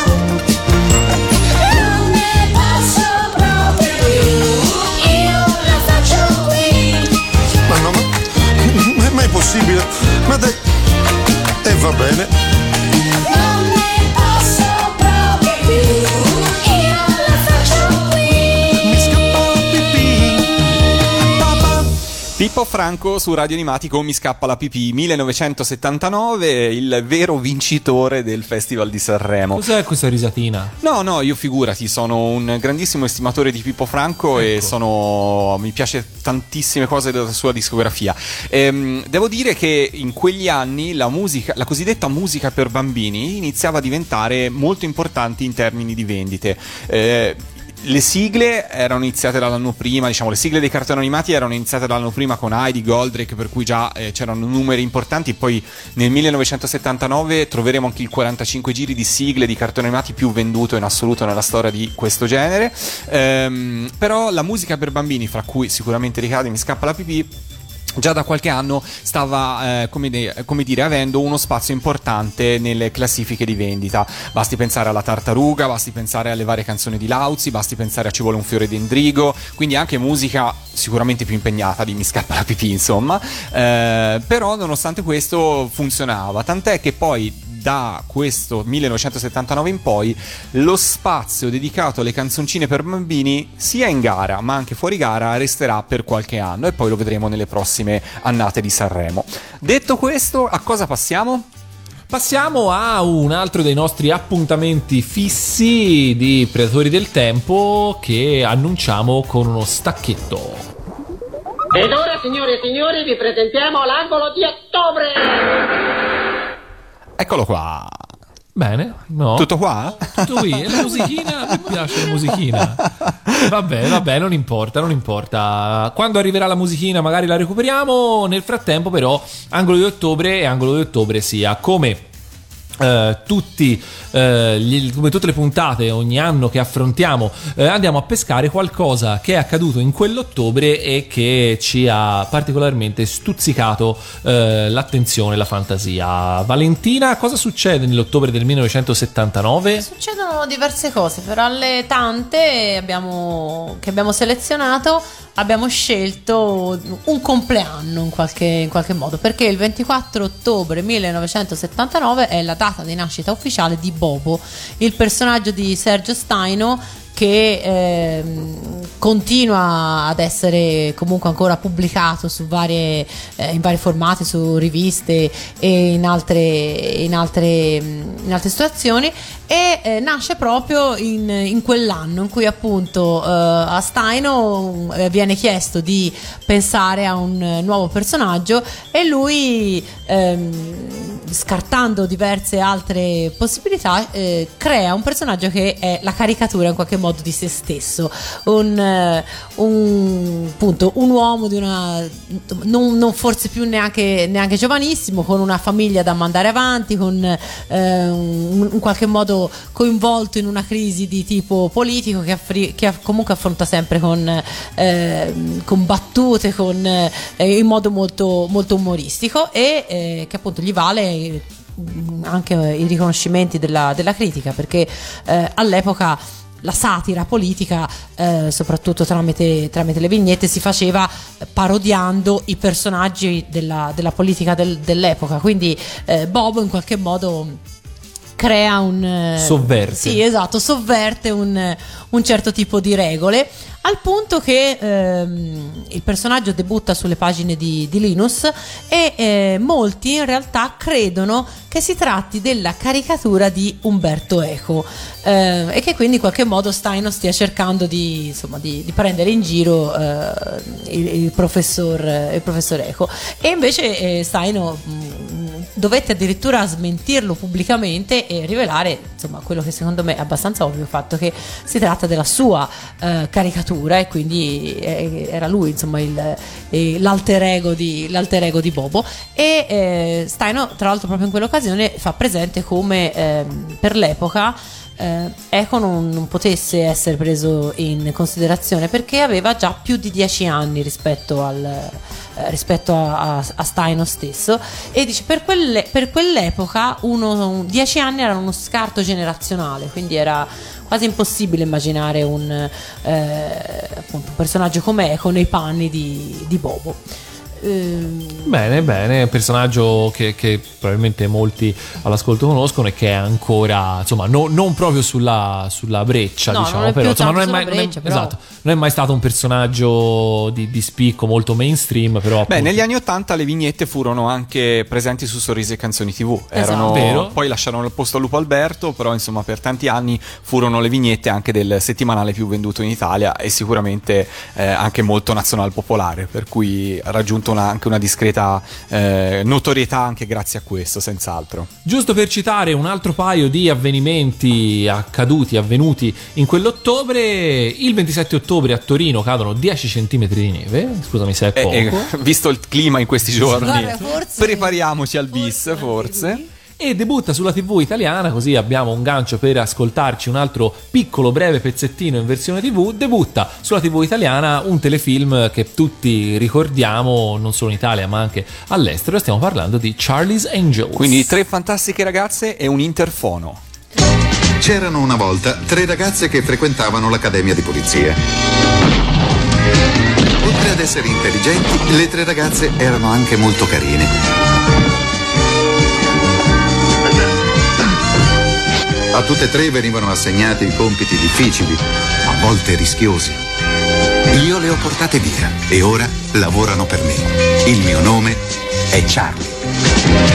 Non ne posso proprio più, io la faccio qui. Ma no, ma, ma è possibile? Ma dai, e va bene. Non ne posso proprio più, io la faccio qui. Mi scappa la pipì, papà. Pippo Franco su Radio Animati con Mi scappa la pipì, millenovecentosettantanove, il vero vincitore del Festival di Sanremo. Cos'è questa risatina? No, no, io figurati, sono un grandissimo estimatore di Pippo Franco e Ecco. sono mi piace tantissime cose della sua discografia. Ehm, devo dire che in quegli anni la musica, la cosiddetta musica per bambini, iniziava a diventare molto importante in termini di vendite. Eh, Le sigle erano iniziate dall'anno prima, diciamo le sigle dei cartoni animati erano iniziate dall'anno prima con Heidi, Goldrake, per cui già eh, c'erano numeri importanti. Poi nel millenovecentosettantanove troveremo anche il quarantacinque giri di sigle di cartoni animati più venduto in assoluto nella storia di questo genere. Ehm, però la musica per bambini, fra cui sicuramente ricade Mi scappa la pipì, già da qualche anno stava eh, come, de- come dire avendo uno spazio importante nelle classifiche di vendita. Basti pensare alla Tartaruga, basti pensare alle varie canzoni di Lauzi, basti pensare a Ci vuole un fiore d'Endrigo, quindi anche musica sicuramente più impegnata di Mi scappa la pipì, insomma. Eh, però nonostante questo funzionava, tant'è che poi da questo millenovecentosettantanove in poi lo spazio dedicato alle canzoncine per bambini sia in gara ma anche fuori gara resterà per qualche anno e poi lo vedremo nelle prossime annate di Sanremo. Detto questo, a cosa passiamo? Passiamo a un altro dei nostri appuntamenti fissi di Predatori del Tempo che annunciamo con uno stacchetto. Ed ora, signore e signori, vi presentiamo l'angolo di ottobre! Eccolo qua. Bene, no. Tutto qua? Tutto qui. E la musichina? Mi piace la musichina. Vabbè, vabbè, non importa, non importa. Quando arriverà la musichina magari la recuperiamo. Nel frattempo però, angolo di ottobre e angolo di ottobre sia come... Uh, tutti, uh, gli, come tutte le puntate ogni anno che affrontiamo uh, andiamo a pescare qualcosa che è accaduto in quell'ottobre e che ci ha particolarmente stuzzicato uh, l'attenzione e la fantasia. Valentina, cosa succede nell'ottobre del millenovecentosettantanove? Succedono diverse cose, fra le tante abbiamo, che abbiamo selezionato abbiamo scelto un compleanno in qualche, in qualche modo, perché il ventiquattro ottobre millenovecentosettantanove è la data di nascita ufficiale di Bobo, il personaggio di Sergio Staino che, ehm, continua ad essere comunque ancora pubblicato su varie, eh, in vari formati, su riviste e in altre, in altre, in altre situazioni, e eh, nasce proprio in, in quell'anno in cui appunto eh, a Staino eh, viene chiesto di pensare a un eh, nuovo personaggio, e lui ehm, scartando diverse altre possibilità eh, crea un personaggio che è la caricatura in qualche modo di se stesso, un, eh, un, appunto, un uomo di una non, non forse più neanche, neanche giovanissimo, con una famiglia da mandare avanti, con eh, un, in qualche modo coinvolto in una crisi di tipo politico che, affri- che comunque affronta sempre con, eh, con battute, con, eh, in modo molto, molto umoristico, e eh, che appunto gli vale anche i riconoscimenti della, della critica, perché eh, all'epoca la satira politica, eh, soprattutto tramite, tramite le vignette, si faceva parodiando i personaggi della, della politica del, dell'epoca, quindi eh, Bobo in qualche modo crea un sovverte sì esatto sovverte un, un certo tipo di regole, al punto che ehm, il personaggio debutta sulle pagine di, di Linus, e eh, molti in realtà credono che si tratti della caricatura di Umberto Eco, eh, e che quindi in qualche modo Staino stia cercando di, insomma, di, di prendere in giro eh, il, il professor il professor Eco, e invece eh, Staino mh, dovette addirittura smentirlo pubblicamente e rivelare, insomma, quello che secondo me è abbastanza ovvio, il fatto che si tratta della sua eh, caricatura, e quindi eh, era lui, insomma, il, eh, l'alter ego di, l'alter ego di Bobo. E eh, Staino, tra l'altro, proprio in quell'occasione fa presente come eh, per l'epoca eh, Eco non, non potesse essere preso in considerazione, perché aveva già più di dieci anni rispetto al eh, rispetto a, a, a Staino stesso, e dice per, quelle, per quell'epoca uno, dieci anni erano uno scarto generazionale, quindi era quasi impossibile immaginare un, eh, appunto, un personaggio come Eco nei panni di, di Bobo. Bene, bene, personaggio che, che probabilmente molti all'ascolto conoscono, e che è ancora, insomma, no, non proprio sulla, sulla breccia, no, diciamo, non è però, più insomma, non è tanto mai, sulla breccia, non è, però. esatto, non è mai stato un personaggio di, di spicco molto mainstream, però Beh, appunto, negli anni ottanta le vignette furono anche presenti su Sorrisi e Canzoni tivù. Erano, Vero. poi lasciarono il posto a Lupo Alberto, però insomma per tanti anni furono le vignette anche del settimanale più venduto in Italia, e sicuramente eh, anche molto nazional popolare, per cui ha raggiunto una, anche una discreta Eh, notorietà anche grazie a questo, senz'altro. Giusto per citare un altro paio di avvenimenti accaduti, avvenuti in quell'ottobre, il ventisette ottobre a Torino cadono dieci centimetri di neve, scusami se è poco. Eh, eh, visto il clima in questi giorni, Guarda, forse- prepariamoci al bis, forse. E debutta sulla tivù italiana, così abbiamo un gancio per ascoltarci un altro piccolo breve pezzettino in versione tivù. Debutta sulla tivù italiana un telefilm che tutti ricordiamo non solo in Italia ma anche all'estero, stiamo parlando di Charlie's Angels. Quindi tre fantastiche ragazze e un interfono. C'erano una volta tre ragazze che frequentavano l'accademia di polizia. Oltre ad essere intelligenti, le tre ragazze erano anche molto carine. A tutte e tre venivano assegnati compiti difficili, a volte rischiosi. Io le ho portate via e ora lavorano per me. Il mio nome è Charlie.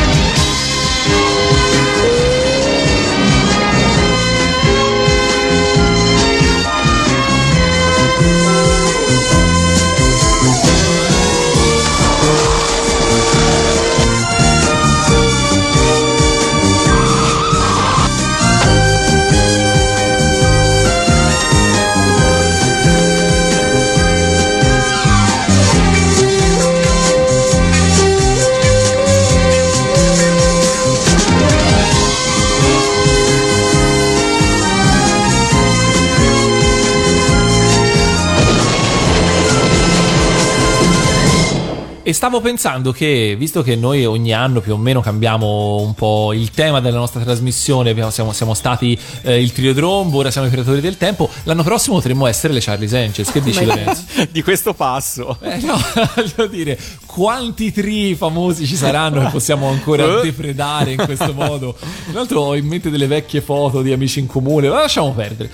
E stavo pensando che, visto che noi ogni anno più o meno cambiamo un po' il tema della nostra trasmissione, abbiamo- siamo, siamo stati eh, il Trio Trombo, ora siamo i Predatori del Tempo, l'anno prossimo potremmo essere le Charlie's Angels. Che dici, Lorenzo? Di questo passo. Eh, no, voglio dire, quanti tri famosi ci saranno che possiamo ancora depredare in questo modo? Tra l'altro ho in mente delle vecchie foto di amici in comune, ma lasciamo perdere.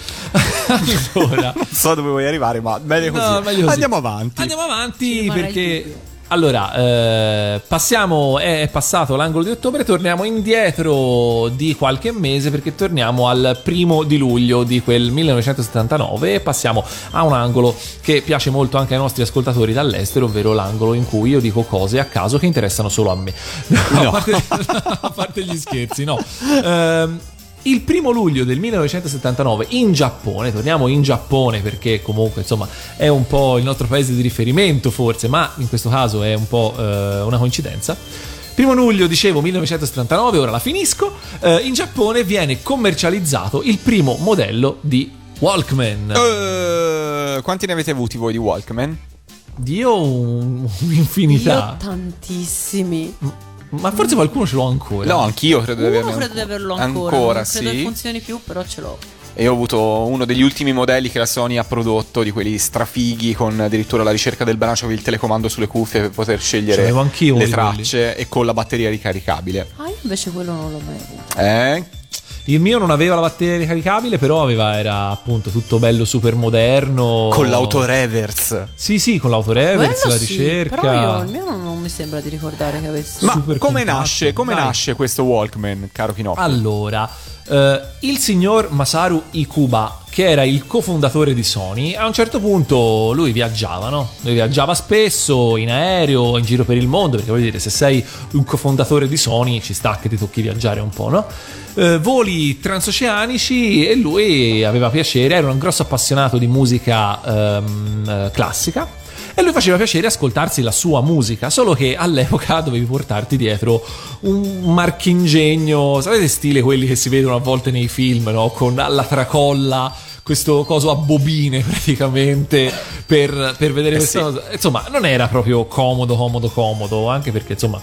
Allora, Non so dove vuoi arrivare, ma meglio così. no, meglio così. Andiamo avanti. Andiamo avanti rimarrà il perché... dubbio. Allora, eh, passiamo, è, è passato l'angolo di ottobre, torniamo indietro di qualche mese perché torniamo al primo di luglio di quel millenovecentosettantanove e passiamo a un angolo che piace molto anche ai nostri ascoltatori dall'estero, ovvero l'angolo in cui io dico cose a caso che interessano solo a me. No, A, parte, a parte gli scherzi, no. Ehm, Il primo luglio del millenovecentosettantanove in Giappone, torniamo in Giappone perché comunque insomma è un po' il nostro paese di riferimento forse, ma in questo caso è un po' eh, una coincidenza. Primo luglio, dicevo, millenovecentosettantanove, ora la finisco, eh, in Giappone viene commercializzato il primo modello di Walkman. Eh, quanti ne avete avuti voi di Walkman? Dio, un- un'infinità. Io tantissimi. Ma forse qualcuno ce l'ho ancora. No, anch'io credo di Uno averne credo di averlo ancora. Ancora, non credo sì. che funzioni più, però ce l'ho. E io ho avuto uno degli ultimi modelli che la Sony ha prodotto, di quelli strafighi, con addirittura la ricerca del braccio, il telecomando sulle cuffie per poter scegliere C'avevo anch'io le uno di quelli. tracce e con la batteria ricaricabile. Ah, io invece quello non l'ho mai avuto. Eh? Il mio non aveva la batteria ricaricabile, però aveva, era appunto tutto bello super moderno. Con l'autoreverse. Sì, sì, con l'autoreverse, Quello la sì, ricerca. però io il mio non, non mi sembra di ricordare che avessi. Ma Super come compatto. nasce, come Vai. nasce questo Walkman, caro Pinocchio? Allora, eh, il signor Masaru Ikuba, che era il cofondatore di Sony, a un certo punto lui viaggiava, no? Lui viaggiava spesso in aereo, in giro per il mondo, perché voglio dire, se sei un cofondatore di Sony ci sta che ti tocchi viaggiare un po', no? Eh, voli transoceanici e lui aveva piacere, era un grosso appassionato di musica ehm, eh, classica. E lui faceva piacere ascoltarsi la sua musica, solo che all'epoca dovevi portarti dietro un marchingegno, sapete, stile quelli che si vedono a volte nei film, no? Con alla tracolla questo coso a bobine praticamente per, per vedere Eh questa sì. cosa. Insomma, non era proprio comodo, comodo, comodo, anche perché insomma...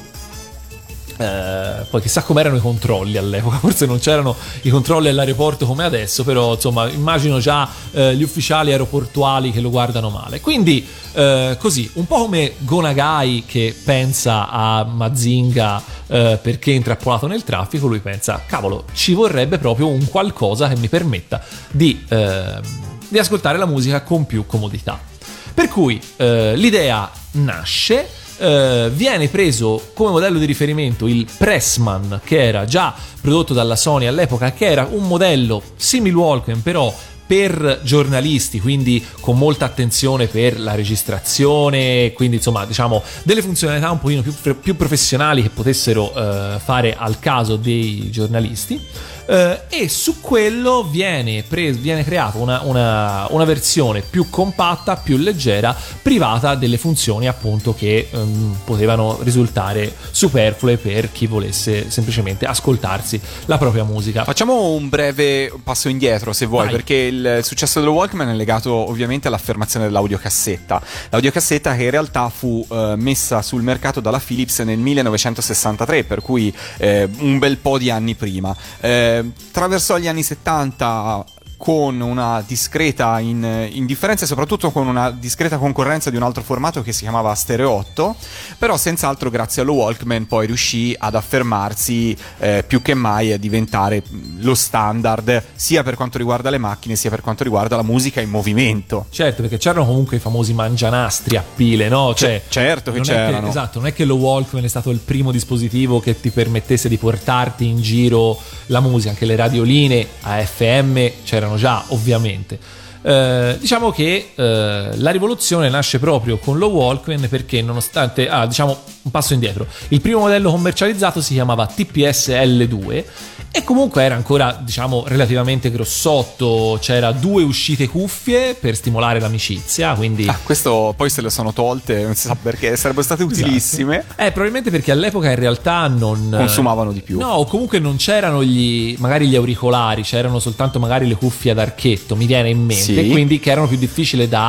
Eh, poi chissà com'erano i controlli all'epoca, forse non c'erano i controlli all'aeroporto come adesso, però insomma immagino già eh, gli ufficiali aeroportuali che lo guardano male. Quindi eh, così, un po' come Go Nagai che pensa a Mazinga eh, perché è intrappolato nel traffico, lui pensa, cavolo, ci vorrebbe proprio un qualcosa che mi permetta di, eh, di ascoltare la musica con più comodità. Per cui eh, l'idea nasce. Uh, viene preso come modello di riferimento il Pressman, che era già prodotto dalla Sony all'epoca, che era un modello simil Walkman però per giornalisti, quindi con molta attenzione per la registrazione, quindi insomma diciamo delle funzionalità un pochino più, più professionali che potessero uh, fare al caso dei giornalisti. Uh, e su quello viene, pre- viene creata una, una, una versione più compatta, più leggera, privata delle funzioni appunto che um, potevano risultare superflue per chi volesse semplicemente ascoltarsi la propria musica. Facciamo un breve passo indietro se vuoi, Vai. perché il successo del Walkman è legato ovviamente all'affermazione dell'audiocassetta. L'audiocassetta che in realtà fu eh, messa sul mercato dalla Philips nel millenovecentosessantatré, per cui eh, un bel po' di anni prima. Eh, attraversò gli anni settanta con una discreta in- indifferenza e soprattutto con una discreta concorrenza di un altro formato che si chiamava Stereo otto, però senz'altro grazie allo Walkman poi riuscì ad affermarsi eh, più che mai e a diventare lo standard sia per quanto riguarda le macchine sia per quanto riguarda la musica in movimento. Certo, perché c'erano comunque i famosi mangianastri a pile, no? Cioè, C- certo che non è c'erano. esatto, non è che lo Walkman è stato il primo dispositivo che ti permettesse di portarti in giro la musica, anche le radioline a F M c'erano già, ovviamente. Eh, diciamo che eh, la rivoluzione nasce proprio con lo Walkman perché nonostante, ah, diciamo un passo indietro, il primo modello commercializzato si chiamava T P S L due e comunque era ancora, diciamo, relativamente grossotto, c'era due uscite cuffie per stimolare l'amicizia, quindi Ah, questo poi se le sono tolte, non si sa perché, sarebbero state utilissime. eh, probabilmente perché all'epoca in realtà non Consumavano di più. No, o comunque non c'erano gli magari gli auricolari, c'erano soltanto magari le cuffie ad archetto, mi viene in mente, Sì. quindi che erano più difficili da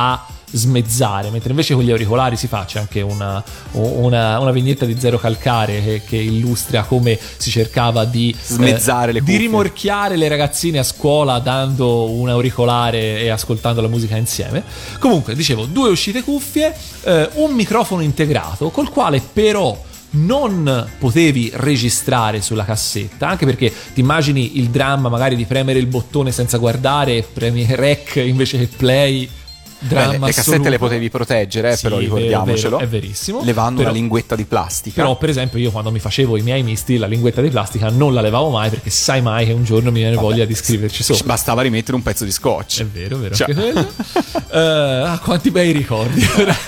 smezzare, mentre invece con gli auricolari si fa. C'è anche una, una, una vignetta di Zero Calcare che, che illustra come si cercava di smezzare eh, le di cuffie, rimorchiare le ragazzine a scuola dando un auricolare e ascoltando la musica insieme. Comunque, dicevo, due uscite cuffie, eh, un microfono integrato col quale però non potevi registrare sulla cassetta, anche perché ti immagini il dramma magari di premere il bottone senza guardare, premi rec invece che play. Beh, le, le cassette le potevi proteggere, eh, sì, però ricordiamocelo. Vero, è verissimo. Levando però, una linguetta di plastica. Però, per esempio, io quando mi facevo i miei misti, la linguetta di plastica non la levavo mai, perché sai mai che un giorno mi viene Vabbè, voglia di scriverci sopra. Bastava rimettere un pezzo di scotch. È vero, vero. Cioè. Anche quello. uh, ah, quanti bei ricordi.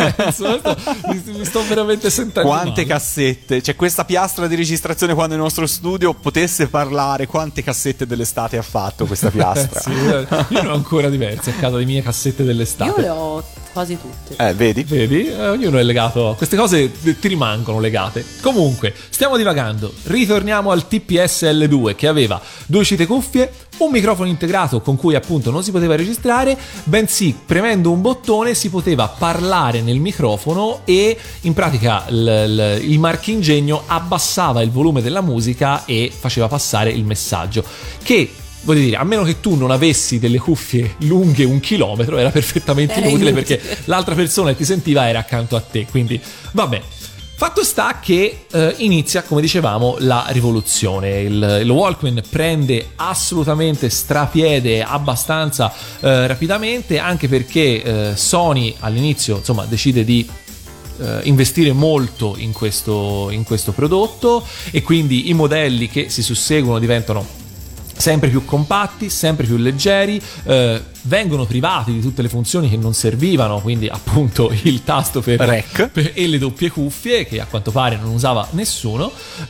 mi, mi sto veramente sentendo. Quante male. cassette. C'è questa piastra di registrazione qua nel nostro studio. Potesse parlare quante cassette dell'estate ha fatto questa piastra. Sì, io ne ho ancora diverse a casa di mie cassette dell'estate. Io le ho quasi tutte. Eh, vedi? Vedi? Eh, ognuno è legato a queste cose, ti rimangono legate. Comunque, stiamo divagando. Ritorniamo al T P S L due, che aveva due uscite cuffie, un microfono integrato con cui appunto non si poteva registrare, bensì premendo un bottone si poteva parlare nel microfono e in pratica l- l- il marchingegno abbassava il volume della musica e faceva passare il messaggio, che voglio dire, a meno che tu non avessi delle cuffie lunghe un chilometro, era perfettamente Era inutile, inutile. perché l'altra persona che ti sentiva era accanto a te. Quindi vabbè. Fatto sta che eh, inizia, come dicevamo, la rivoluzione. Il, il Walkman prende assolutamente strapiede abbastanza eh, rapidamente, anche perché eh, Sony all'inizio, insomma, decide di eh, investire molto in questo, in questo prodotto, e quindi i modelli che si susseguono diventano sempre più compatti, sempre più leggeri, eh, vengono privati di tutte le funzioni che non servivano, quindi appunto il tasto per rec per, e le doppie cuffie, che a quanto pare non usava nessuno,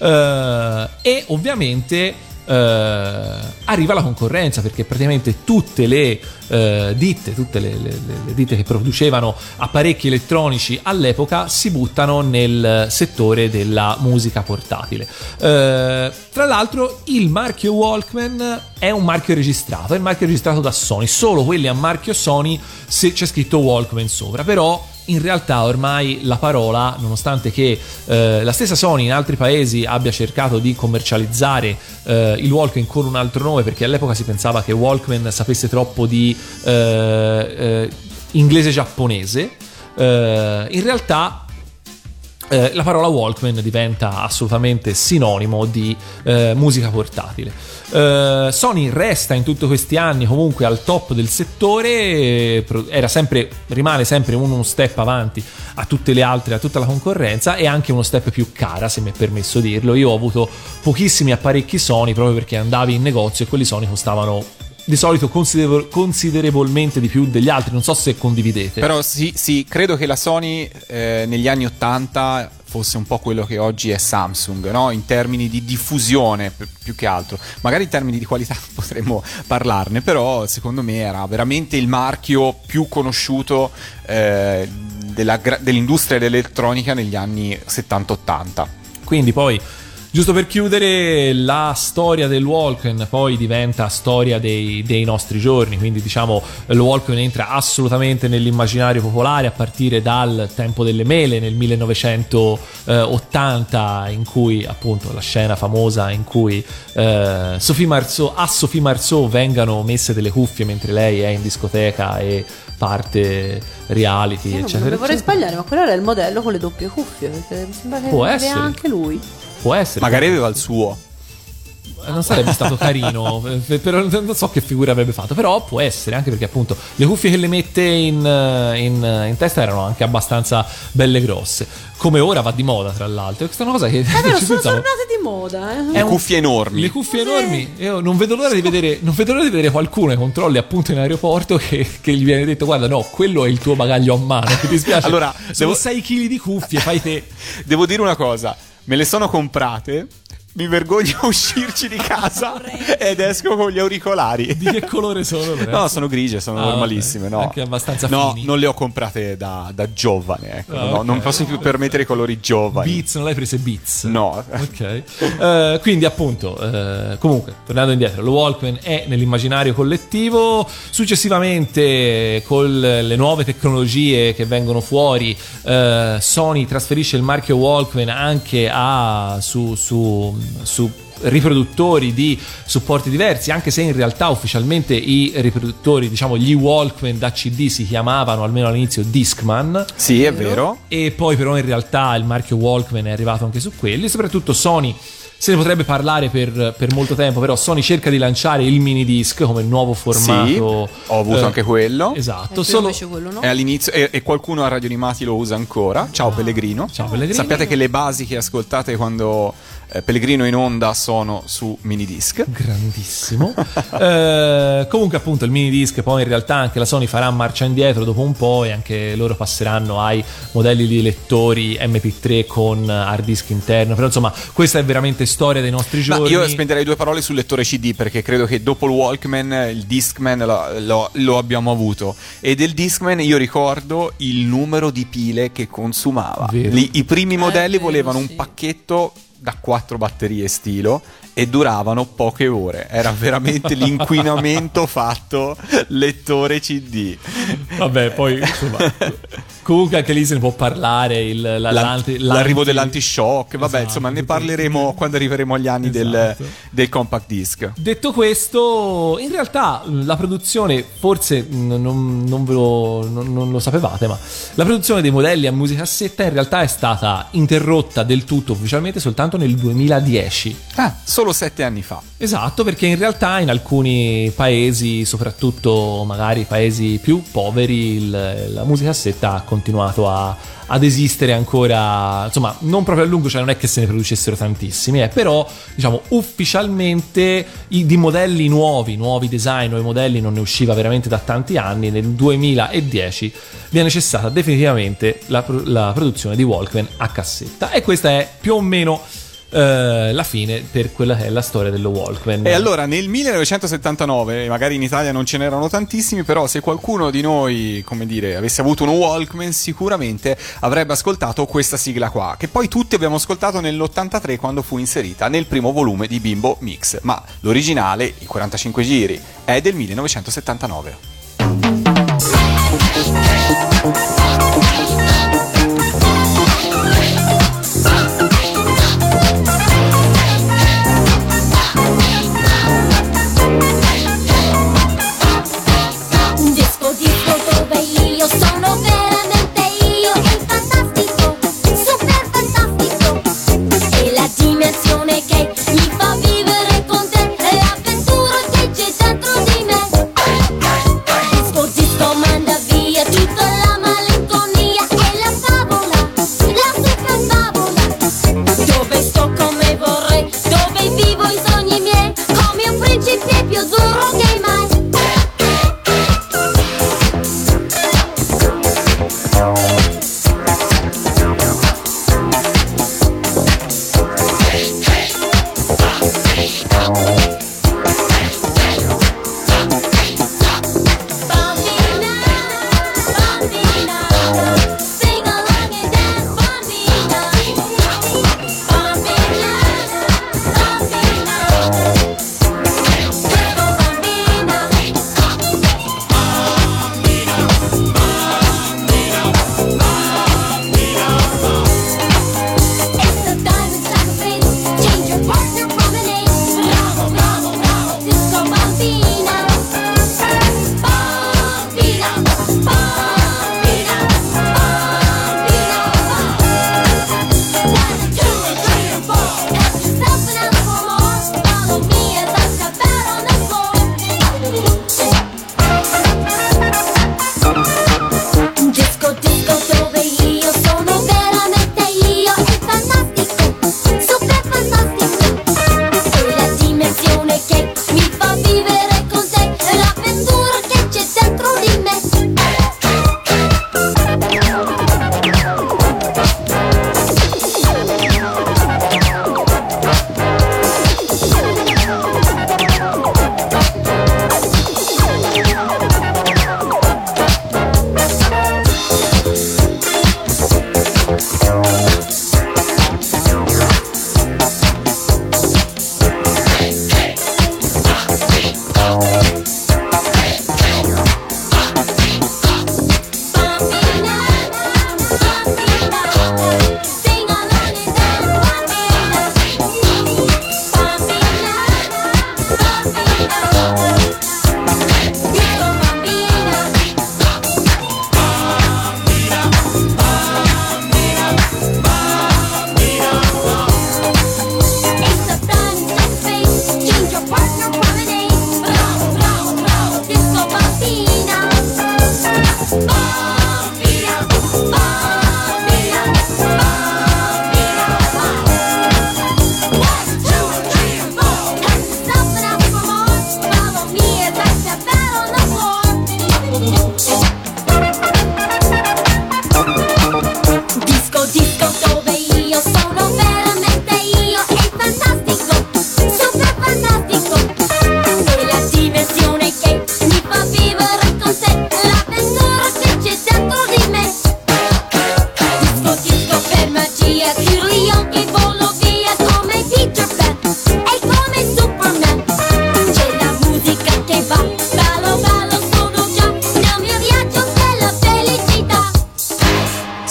eh, e ovviamente eh, arriva la concorrenza, perché praticamente tutte le eh, ditte, tutte le, le, le ditte che producevano apparecchi elettronici all'epoca si buttano nel settore della musica portatile. Eh, tra l'altro il marchio Walkman è un marchio registrato, è il marchio registrato da Sony, solo quelli a marchio Sony se c'è scritto Walkman sopra, però in realtà ormai la parola, nonostante che eh, la stessa Sony in altri paesi abbia cercato di commercializzare eh, il Walkman con un altro nome, perché all'epoca si pensava che Walkman sapesse troppo di eh, eh, inglese-giapponese, eh, in realtà Eh, la parola Walkman diventa assolutamente sinonimo di eh, musica portatile. Eh, Sony resta in tutti questi anni comunque al top del settore, eh, era sempre, rimane sempre uno step avanti a tutte le altre, a tutta la concorrenza, e anche uno step più cara, se mi è permesso dirlo. Io ho avuto pochissimi apparecchi Sony proprio perché andavi in negozio e quelli Sony costavano di solito considerevol- considerevolmente di più degli altri. Non so se condividete. Però sì, sì, credo che la Sony eh, negli anni ottanta fosse un po' quello che oggi è Samsung, no? In termini di diffusione più che altro. Magari in termini di qualità potremmo parlarne, però secondo me era veramente il marchio più conosciuto eh, della, dell'industria dell'elettronica negli anni settanta ottanta. Quindi poi, giusto per chiudere, la storia del Walkman poi diventa storia dei, dei nostri giorni, quindi diciamo il Walkman entra assolutamente nell'immaginario popolare a partire dal tempo delle mele nel millenovecentottanta, in cui appunto la scena famosa in cui eh, Sophie Marceau, a Sophie Marceau vengano messe delle cuffie mentre lei è in discoteca e parte reality, Io non, eccetera, non mi vorrei eccetera. sbagliare, ma quello era il modello con le doppie cuffie, perché mi sembra che Può aveva essere. anche lui. Può essere. Magari aveva il suo. Non sarebbe stato carino, eh, però non so che figura avrebbe fatto, però può essere, anche perché appunto le cuffie che le mette in, in, in testa erano anche abbastanza belle grosse, come ora va di moda tra l'altro. Questa è una cosa che È vero, ci sono pensavo. tornate di moda. Eh. È un- Cuffie enormi. Le cuffie enormi, io non vedo l'ora di vedere, non vedo l'ora di vedere qualcuno ai controlli appunto in aeroporto che, che gli viene detto: guarda, no, quello è il tuo bagaglio a mano, ti dispiace, Allora, sono devo- sei chili di cuffie, fai te. Devo dire una cosa, me le sono comprate mi vergogno a uscirci di casa ed esco con gli auricolari. Di che colore sono? Lorenzo? No, sono grigie, sono Ah, normalissime. vabbè, No, anche abbastanza no, fini. non le ho comprate da, da giovane. Ecco. Ah, no, ok. non posso più permettere i colori giovani. Beats, non l'hai prese Beats? No. Ok. Eh, quindi appunto, eh, comunque, tornando indietro, lo Walkman è nell'immaginario collettivo. Successivamente, con le nuove tecnologie che vengono fuori, eh, Sony trasferisce il marchio Walkman anche a su, su, su riproduttori di supporti diversi, anche se in realtà ufficialmente i riproduttori, diciamo gli Walkman da C D, si chiamavano almeno all'inizio Discman. Sì, è vero. E poi però in realtà il marchio Walkman è arrivato anche su quelli. Soprattutto Sony, se ne potrebbe parlare per, per molto tempo, però Sony cerca di lanciare il mini disc come nuovo formato. Sì, ho avuto eh, anche quello. Esatto, E solo invece quello no. E all'inizio e, e qualcuno a Radio Animati lo usa ancora. Ciao Pellegrino. Ciao Pellegrino. Sappiate che le basi che ascoltate quando eh, Pellegrino è in onda sono su minidisc. grandissimo. Eh, comunque appunto il mini disc, poi in realtà anche la Sony farà marcia indietro dopo un po' e anche loro passeranno ai modelli di lettori M P tre con hard disk interno. Però insomma questa è veramente storia dei nostri Ma giorni. io spenderei due parole sul lettore C D, perché credo che dopo il Walkman il Discman lo, lo- lo abbiamo avuto, e del Discman io ricordo il numero di pile che consumava. Vero. Lì, i primi modelli vero, volevano sì. un pacchetto da quattro batterie stilo e duravano poche ore. Era veramente l'inquinamento fatto lettore C D. Vabbè, poi insomma, comunque anche lì se ne può parlare. Il, la, La- l'anti- l'arrivo l'anti- dell'antishock, vabbè, Esatto, insomma, ne tutto- parleremo quando arriveremo agli anni del, Esatto. del compact disc. Detto questo, in realtà la produzione, forse non, non- non ve lo, non, non lo sapevate, ma la produzione dei modelli a musicassetta in realtà è stata interrotta del tutto ufficialmente soltanto nel duemiladieci. Ah, solo sette anni fa. Esatto, perché in realtà in alcuni paesi, soprattutto magari paesi più poveri, il- la musicassetta ha continuato a, ad esistere ancora, insomma, non proprio a lungo, cioè non è che se ne producessero tantissimi, eh, però diciamo ufficialmente i, di modelli nuovi, nuovi design, nuovi modelli non ne usciva veramente da tanti anni. Nel duemiladieci viene cessata definitivamente la, pro- la produzione di Walkman a cassetta, e questa è più o meno eh, la fine per quella che è la storia dello Walkman. E allora nel millenovecentosettantanove, magari in Italia non ce n'erano tantissimi, però se qualcuno di noi, come dire, avesse avuto un Walkman, sicuramente avrebbe ascoltato questa sigla qua, che poi tutti abbiamo ascoltato nell'ottantatré quando fu inserita nel primo volume di Bimbo Mix, ma l'originale, i quarantacinque giri, è del millenovecentosettantanove. Disco disco dove io sono veramente io, il fantastico, super fantastico. E la dimensione che mi fa vivere con te, e l'avventura che c'è dentro di me.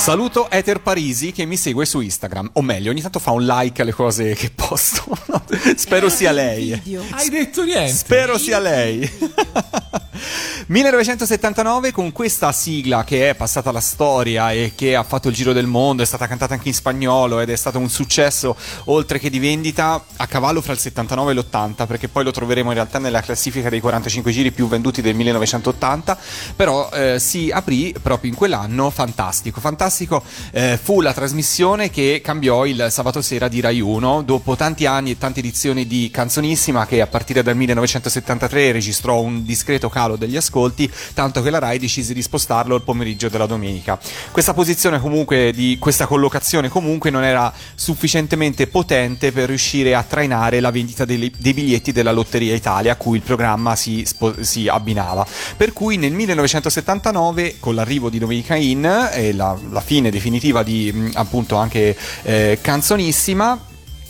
Saluto Ether Parisi che mi segue su Instagram, o meglio, ogni tanto fa un like alle cose che posto. Spero sia lei. Hai detto niente? Spero sia lei. millenovecentosettantanove, con questa sigla che è passata alla storia e che ha fatto il giro del mondo, è stata cantata anche in spagnolo ed è stato un successo oltre che di vendita, a cavallo fra il settantanove e l'ottanta, perché poi lo troveremo in realtà nella classifica dei quarantacinque giri più venduti del millenovecentottanta, però eh, si aprì proprio in quell'anno Fantastico. Fantastico eh, fu la trasmissione che cambiò il sabato sera di Rai uno, dopo tanti anni e tante edizioni di Canzonissima, che a partire dal millenovecentosettantatré registrò un discreto calo degli ascolti, tanto che la Rai decise di spostarlo al pomeriggio della domenica. Questa posizione comunque, di questa collocazione comunque non era sufficientemente potente per riuscire a trainare la vendita dei, dei biglietti della Lotteria Italia a cui il programma si, spo, si abbinava, per cui nel millenovecentosettantanove, con l'arrivo di Domenica In e la, la fine definitiva di appunto anche eh, Canzonissima,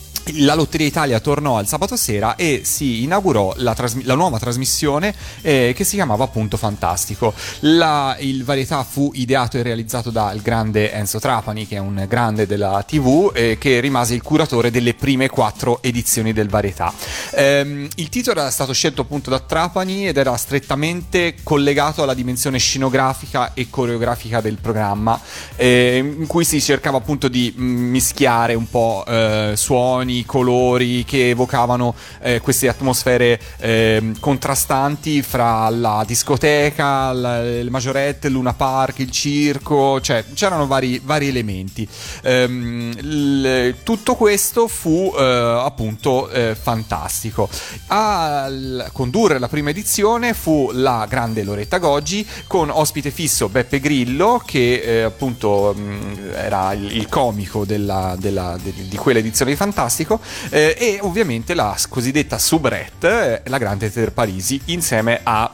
la Lotteria Italia tornò al sabato sera e si inaugurò la, trasmi- la nuova trasmissione eh, che si chiamava appunto Fantastico. La, il varietà fu ideato e realizzato dal grande Enzo Trapani, che è un grande della tivù, eh, che rimase il curatore delle prime quattro edizioni del varietà. Ehm, il titolo era stato scelto appunto da Trapani ed era strettamente collegato alla dimensione scenografica e coreografica del programma, eh, in cui si cercava appunto di mischiare un po' eh, suoni, colori che evocavano eh, queste atmosfere eh, contrastanti fra la discoteca, la, le majorette, il Luna Park, il circo, cioè c'erano vari, vari elementi. Ehm, l, tutto questo fu eh, appunto eh, fantastico. A l, condurre la prima edizione fu la grande Loretta Goggi, con ospite fisso Beppe Grillo, che eh, appunto mh, era il, il comico della, della, de, di quella edizione di Fantastico. Eh, e ovviamente la cosiddetta soubrette, eh, la grande Ether Parisi, insieme a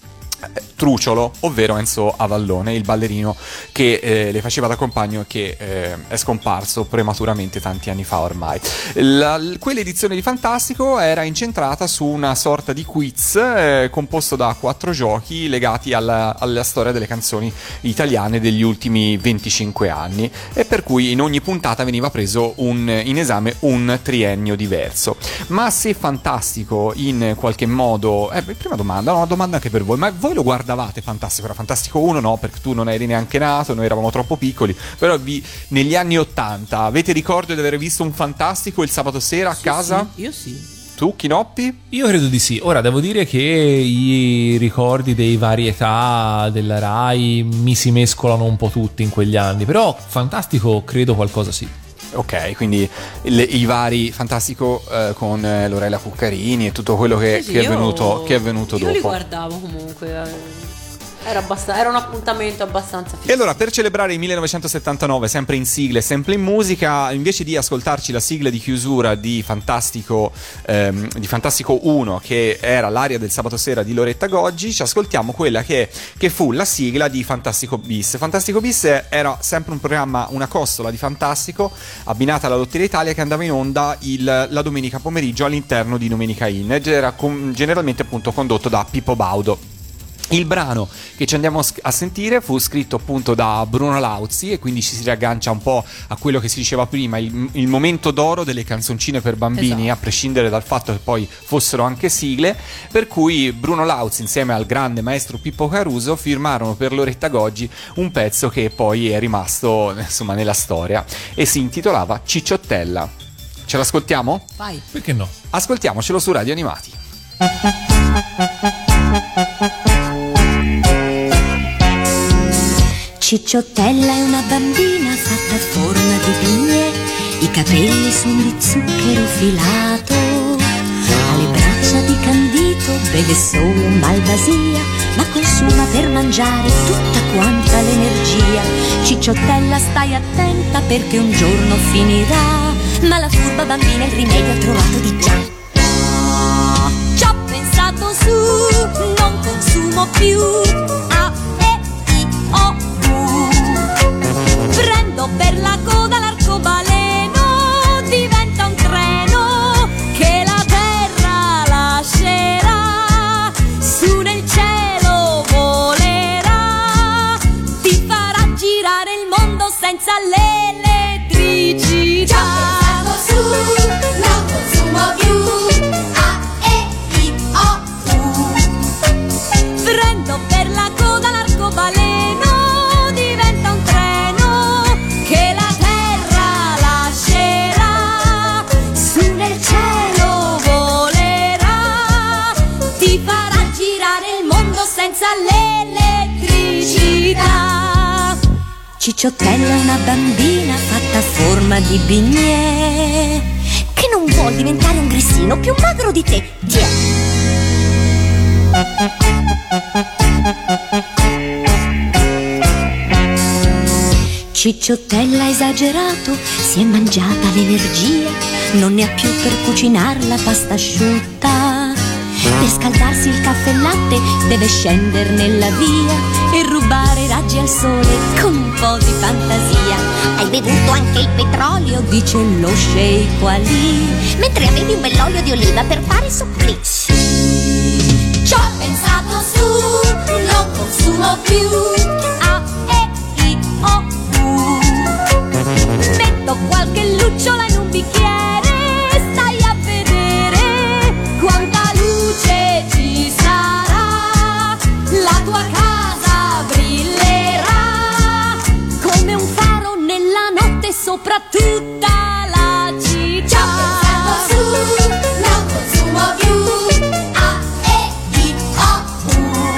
Truciolo, ovvero Enzo Avallone, il ballerino che eh, le faceva da compagno e che eh, è scomparso prematuramente tanti anni fa ormai. La, quell'edizione di Fantastico era incentrata su una sorta di quiz eh, composto da quattro giochi legati alla, alla storia delle canzoni italiane degli ultimi venticinque anni, e per cui in ogni puntata veniva preso un, in esame un triennio diverso. Ma se Fantastico in qualche modo... Eh, prima domanda, una domanda anche per voi, ma voi lo guardavate Fantastico? Era Fantastico uno? No, perché tu non eri neanche nato, noi eravamo troppo piccoli, però vi, negli anni ottanta avete ricordo di aver visto un Fantastico il sabato sera a sì, casa? Sì, io sì. Tu, Chinoppi? Io credo di sì. Ora devo dire che i ricordi dei varietà della Rai mi si mescolano un po' tutti in quegli anni, però Fantastico credo qualcosa sì. Ok, quindi le, i vari Fantastico eh, con eh, Lorella Cuccarini e tutto quello che, Sì, sì, che, è, io- venuto, che è venuto Io dopo. li guardavo comunque. eh, Era, abbast- era un appuntamento abbastanza fisso. E allora, per celebrare il millenovecentosettantanove, sempre in sigla e sempre in musica, invece di ascoltarci la sigla di chiusura di Fantastico, ehm, di Fantastico uno, che era l'aria del sabato sera di Loretta Goggi, ci ascoltiamo quella che, che fu la sigla di Fantastico Bis. Fantastico Bis era sempre un programma, una costola di Fantastico abbinata alla Lotteria Italia, che andava in onda il, la domenica pomeriggio all'interno di Domenica In, ed era com- generalmente appunto condotto da Pippo Baudo. Il brano che ci andiamo a sentire fu scritto appunto da Bruno Lauzi, e quindi ci si riaggancia un po' a quello che si diceva prima, il, il momento d'oro delle canzoncine per bambini, Esatto. a prescindere dal fatto che poi fossero anche sigle, per cui Bruno Lauzi insieme al grande maestro Pippo Caruso firmarono per Loretta Goggi un pezzo che poi è rimasto insomma nella storia e si intitolava Cicciottella. Ce l'ascoltiamo? Vai. Perché no? Ascoltiamocelo su Radio Animati. Cicciottella è una bambina fatta a forma di bignè, i capelli sono di zucchero filato, ha le braccia di candito, beve solo malvasia, ma consuma per mangiare tutta quanta l'energia. Cicciottella, stai attenta perché un giorno finirà, ma la furba bambina il rimedio ha trovato di già. Ci ho pensato su, non consumo più A, E, I, O, U. Prendo per la coda l'arcobaleno, diventa un treno che la terra lascerà, su nel cielo volerà, ti farà girare il mondo. senza l'elettricità. Su, non consumo più. A, E, I, O, U. Prendo per la coda l'arcobaleno, diventa un treno che la terra lascerà, su nel cielo volerà, ti farà girare il mondo senza l'elettricità. Cicciottella è una bambina fatta a forma di bignè, che non vuol diventare un grissino più magro di te. Tiè. Cicciottella ha esagerato, si è mangiata l'energia, non ne ha più per cucinare la pasta asciutta. Per scaldarsi il caffè e latte deve scendere nella via e rubare i raggi al sole con un po' di fantasia. Hai bevuto anche il petrolio, dice lo sceicco Ali, mentre avevi un bell'olio di oliva per fare supplì. Ci ho pensato su, non consumo più. A, E, I, O, U. Metto qualche lucciola in un bicchiere, stai a vedere quanta luce ci sarà. La tua casa brillerà come un faro nella notte sopra tutta la città. Ci ho pensato su, non consumo più. A, E, I, O, U.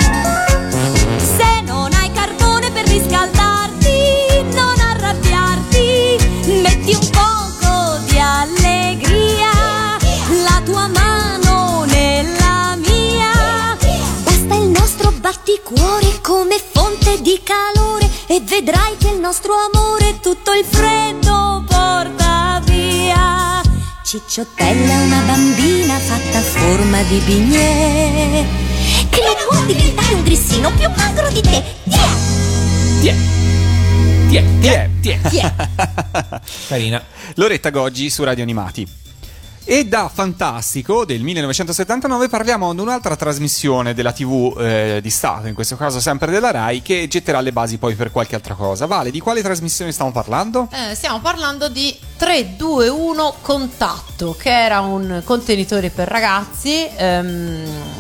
Se non hai carbone per riscaldarti, non arrabbiarti, metti un poco di allegria, la tua mano nella mia. Basta il nostro batticuore come fonte di calore e vedrai che il nostro amore tutto il freddo porta via. Cicciottella è una bambina fatta a forma di bignè, che non vuol diventare un grissino più magro di te. Tiè. Tiè. Tiè, tiè, tiè. Tiè. Carina. Loretta Goggi su Radio Animati. E da Fantastico del millenovecentosettantanove parliamo di un'altra trasmissione della tivù eh, di Stato, in questo caso sempre della Rai, che getterà le basi poi per qualche altra cosa. Vale, di quale trasmissione stiamo parlando? Eh, stiamo parlando di tre due uno Contatto, che era un contenitore per ragazzi ehm,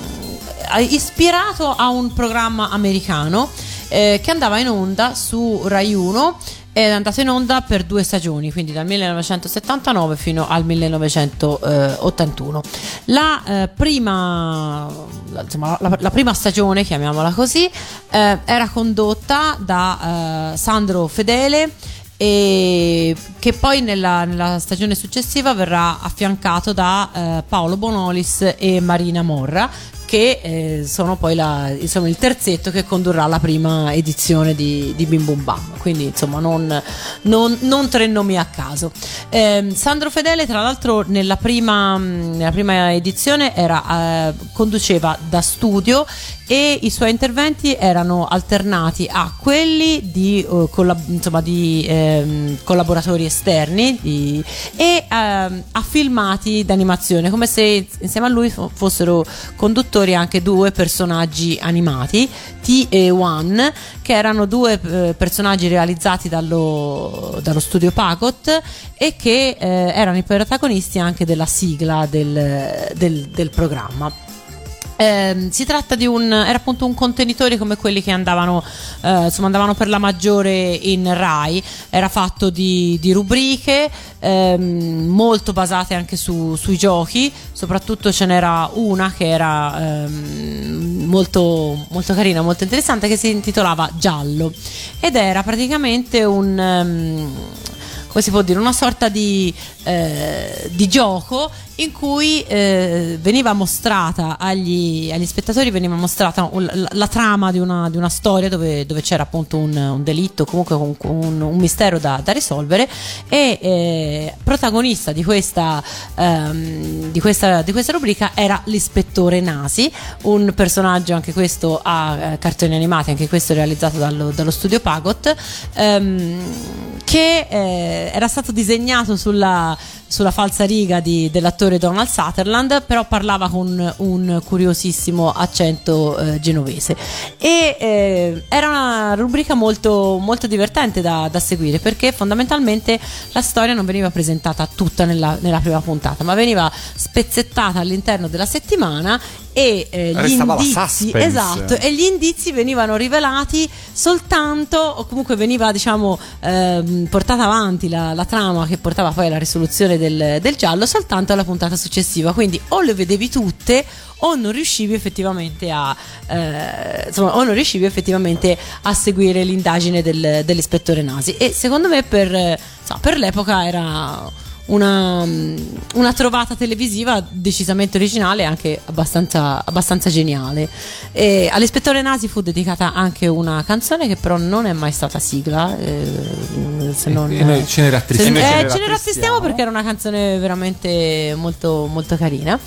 ispirato a un programma americano eh, che andava in onda su Rai uno. È andato in onda per due stagioni, quindi dal millenovecentosettantanove fino al millenovecentottantuno. La eh, prima insomma, la, la prima stagione, chiamiamola così, eh, era condotta da eh, Sandro Fedele, e che poi nella, nella stagione successiva verrà affiancato da eh, Paolo Bonolis e Marina Morra, che eh, sono poi la, insomma, il terzetto che condurrà la prima edizione di, di Bim Bum Bam. Quindi insomma non, non, non tre nomi a caso. eh, Sandro Fedele tra l'altro nella prima, nella prima edizione era, eh, conduceva da studio, e i suoi interventi erano alternati a quelli di, uh, collab- insomma, di ehm, collaboratori esterni di, e ehm, a filmati d'animazione, come se insieme a lui f- fossero conduttori anche due personaggi animati, T e One, che erano due eh, personaggi realizzati dallo, dallo studio Pagot, e che eh, erano i protagonisti anche della sigla del, del, del programma. Eh, si tratta di un era appunto un contenitore come quelli che andavano eh, insomma andavano per la maggiore in Rai. Era fatto di, di rubriche ehm, molto basate anche su, sui giochi. Soprattutto ce n'era una che era ehm, molto, molto carina, molto interessante, che si intitolava Giallo, ed era praticamente un um, come si può dire, una sorta di, eh, di gioco in cui eh, veniva mostrata agli, agli spettatori veniva mostrata un, la, la trama di una, di una storia dove, dove c'era appunto un, un delitto, comunque un, un, un mistero da, da risolvere, e eh, protagonista di questa, ehm, di questa di questa rubrica era l'ispettore Nasi, un personaggio anche questo a eh, cartoni animati, anche questo realizzato dallo, dallo studio Pagot, ehm, che eh, era stato disegnato sulla, sulla falsariga di, dell'attore Donald Sutherland, però parlava con un curiosissimo accento eh, genovese, e eh, era una rubrica molto, molto divertente da, da seguire, perché fondamentalmente la storia non veniva presentata tutta nella, nella prima puntata, ma veniva spezzettata all'interno della settimana, e eh, gli Restava la indizi, suspense. esatto, e gli indizi venivano rivelati soltanto, o comunque veniva, diciamo, ehm, portata avanti la, la trama che portava poi alla risoluzione del, del giallo soltanto alla puntata successiva, quindi o le vedevi tutte o non riuscivi effettivamente a eh, insomma, o non riuscivi effettivamente a seguire l'indagine del, dell'ispettore Nasi. E secondo me per, eh, insomma, per l'epoca era una, una trovata televisiva decisamente originale e anche abbastanza, abbastanza geniale. E all'ispettore Nasi fu dedicata anche una canzone che però non è mai stata sigla, eh, se non, e noi ce ne rattristiamo, se, eh, ce ne rattristiamo perché era una canzone veramente molto, molto carina.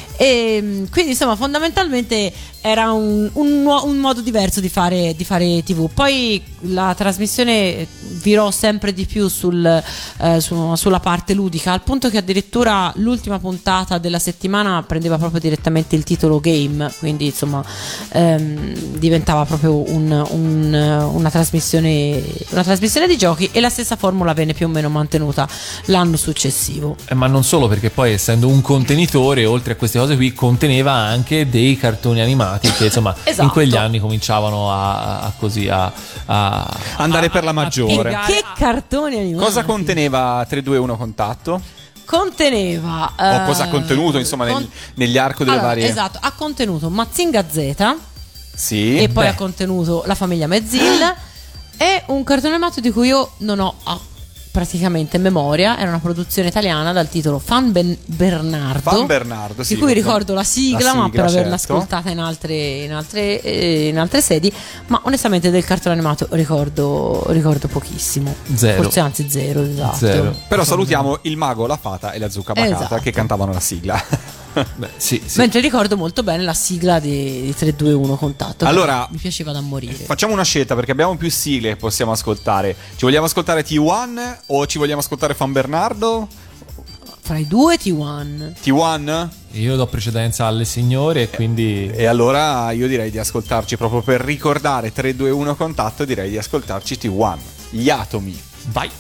E quindi insomma fondamentalmente era un, un, un modo diverso di fare, di fare tivù. Poi la trasmissione virò sempre di più sul, eh, su, sulla parte ludica, al punto che addirittura l'ultima puntata della settimana prendeva proprio direttamente il titolo Game, quindi insomma ehm, diventava proprio un, un, una trasmissione una trasmissione di giochi, e la stessa formula venne più o meno mantenuta l'anno successivo. Eh, ma non solo, perché poi essendo un contenitore, oltre a queste cose qui, conteneva anche dei cartoni animati che insomma esatto. in quegli anni cominciavano a, a così a, a andare a, per la maggiore. E che cartoni animati! Cosa conteneva tre due uno Contatto? Conteneva O eh, cosa ha contenuto insomma con... nel, negli arco delle allora, varie. esatto, ha contenuto Mazinga Z, Sì. e poi Beh. ha contenuto La famiglia Mezzil, e un cartone animato di cui io non ho ah, praticamente memoria. Era una produzione italiana dal titolo Fan Ben Bernardo, Fan Bernardo, sì, di cui ricordo. ricordo la sigla, La ma sigla, per averla certo. ascoltata in altre, in altre, eh, in altre sedi, ma onestamente del cartone animato ricordo, ricordo pochissimo. Zero. Forse anzi zero, esatto. Zero. Però salutiamo il mago, la fata e la zucca bacata Esatto. che cantavano la sigla. Beh, sì, sì. Mentre ricordo molto bene la sigla di, di tre due uno Contatto, che Allora, mi piaceva da morire. Facciamo una scelta perché abbiamo più sigle che possiamo ascoltare. Ci vogliamo ascoltare T uno o ci vogliamo ascoltare Fan Bernardo? Fra i due T uno. T uno? Io do precedenza alle signore, e quindi E allora io direi di ascoltarci, proprio per ricordare tre due uno Contatto, direi di ascoltarci T uno, Gli Atomi. vai.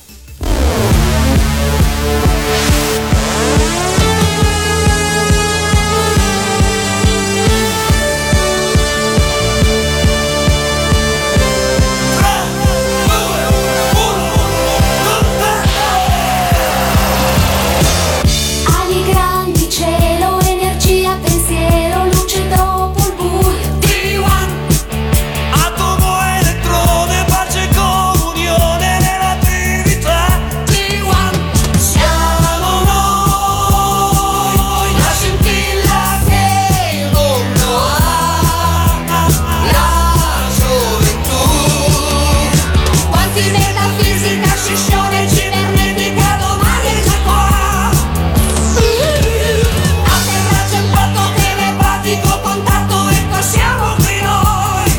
Ali grandi, cielo, energia, pensiero, luce dopo il buio. T uno, atomo, elettrone, pace, comunione, relatività. T uno, siamo noi, la scintilla che il mondo ha, la gioventù. Quanti metafisica, scissione, cibernetica, domani è già qua. Atterraggio in porto telepatico, contatto, ecco siamo qui noi.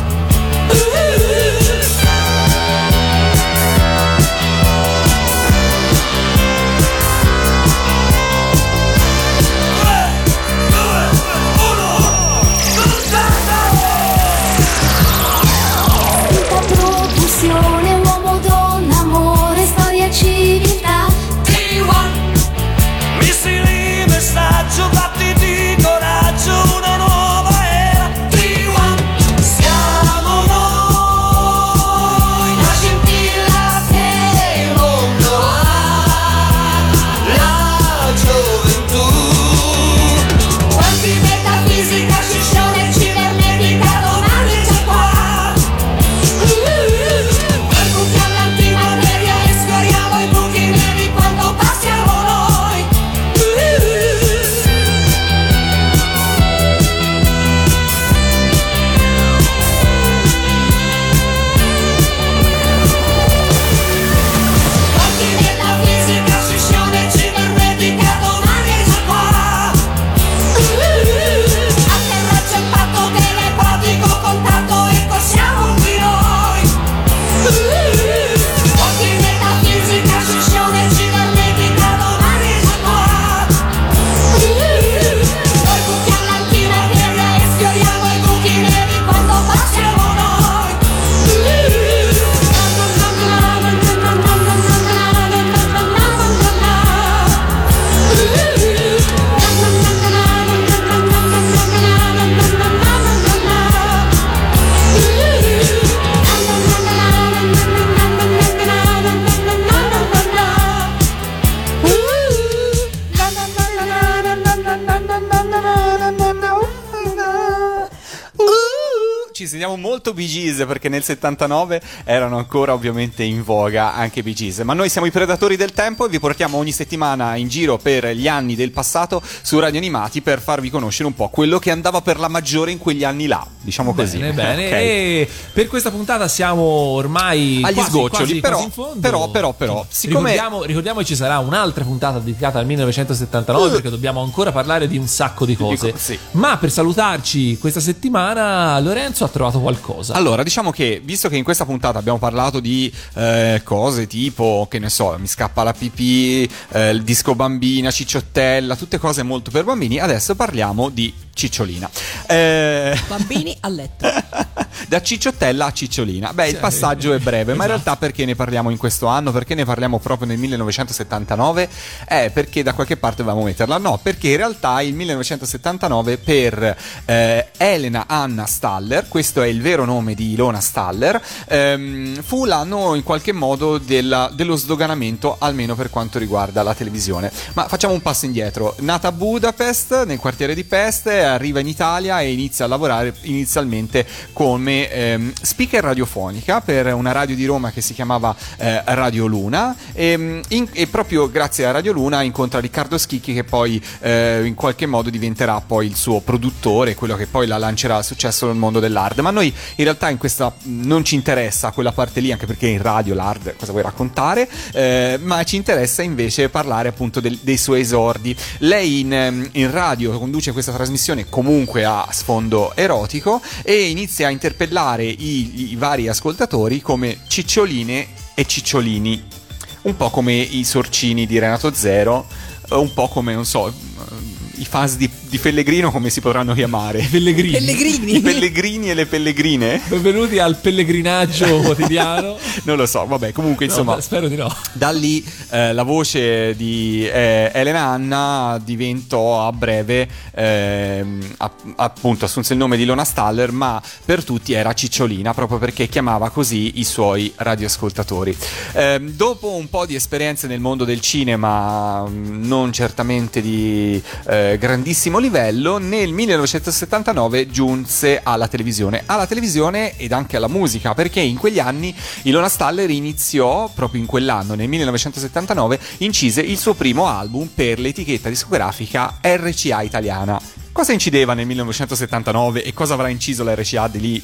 Vita, propulsione, uomo, donna, amore, storia, cinema. intendiamo molto Bee Gees, perché nel settantanove erano ancora ovviamente in voga anche i Bee Gees. Ma noi siamo i predatori del tempo e vi portiamo ogni settimana in giro per gli anni del passato su Radio Animati per farvi conoscere un po' quello che andava per la maggiore in quegli anni là, diciamo così. Bene, bene. Okay. E per questa puntata siamo ormai agli quasi, sgoccioli, quasi, però, quasi in fondo. però, però, però, siccome ricordiamo, ricordiamo che ci sarà un'altra puntata dedicata al millenovecentosettantanove, uh, perché dobbiamo ancora parlare di un sacco di cose. Dico, sì. Ma per salutarci questa settimana, Lorenzo ha trovato qualcosa. Allora, diciamo che visto che in questa puntata abbiamo parlato di eh, cose tipo, che ne so, mi scappa la pipì, eh, il disco bambina, cicciottella, tutte cose molto per bambini, adesso parliamo di Cicciolina. Eh... Bambini a letto. Da cicciottella a cicciolina. Beh, il passaggio è breve, ma in realtà perché ne parliamo in questo anno? Perché ne parliamo proprio nel millenovecentosettantanove? Eh, perché da qualche parte dovevamo metterla? No, perché in realtà il millenovecentosettantanove per eh, Elena Anna Staller, questo è il vero nome di Ilona Staller, ehm, fu l'anno in qualche modo della, dello sdoganamento, almeno per quanto riguarda la televisione. Ma facciamo un passo indietro. Nata a Budapest, nel quartiere di Peste, arriva in Italia e inizia a lavorare inizialmente come ehm, speaker radiofonica per una radio di Roma che si chiamava eh, Radio Luna e, in, e proprio grazie a Radio Luna incontra Riccardo Schicchi, che poi eh, in qualche modo diventerà poi il suo produttore, quello che poi la lancerà al successo nel mondo dell'hard. Ma noi in realtà in questa non ci interessa quella parte lì, anche perché in radio l'hard cosa vuoi raccontare, eh, ma ci interessa invece parlare appunto del, dei suoi esordi. Lei in, in radio conduce questa trasmissione comunque a sfondo erotico e inizia a interpellare i, i vari ascoltatori come ciccioline e cicciolini, un po' come i sorcini di Renato Zero, un po' come, non so, i fans di, di Pellegrino, come si potranno chiamare? I Pellegrini. Pellegrini. I Pellegrini e le Pellegrine. Benvenuti al pellegrinaggio quotidiano. Non lo so, vabbè, comunque no, insomma, beh, spero di no. Da lì eh, la voce di eh, Elena Anna diventò a breve eh, app- appunto assunse il nome di Ilona Staller, ma per tutti era Cicciolina, proprio perché chiamava così i suoi radioascoltatori. Eh, dopo un po' di esperienze nel mondo del cinema, non certamente di eh, grandissimo livello, nel millenovecentosettantanove giunse alla televisione, alla televisione ed anche alla musica, perché in quegli anni Ilona Staller iniziò, proprio in quell'anno, nel millenovecentosettantanove, incise il suo primo album per l'etichetta discografica R C A italiana. Cosa incideva nel millenovecentosettantanove e cosa avrà inciso la R C A di lì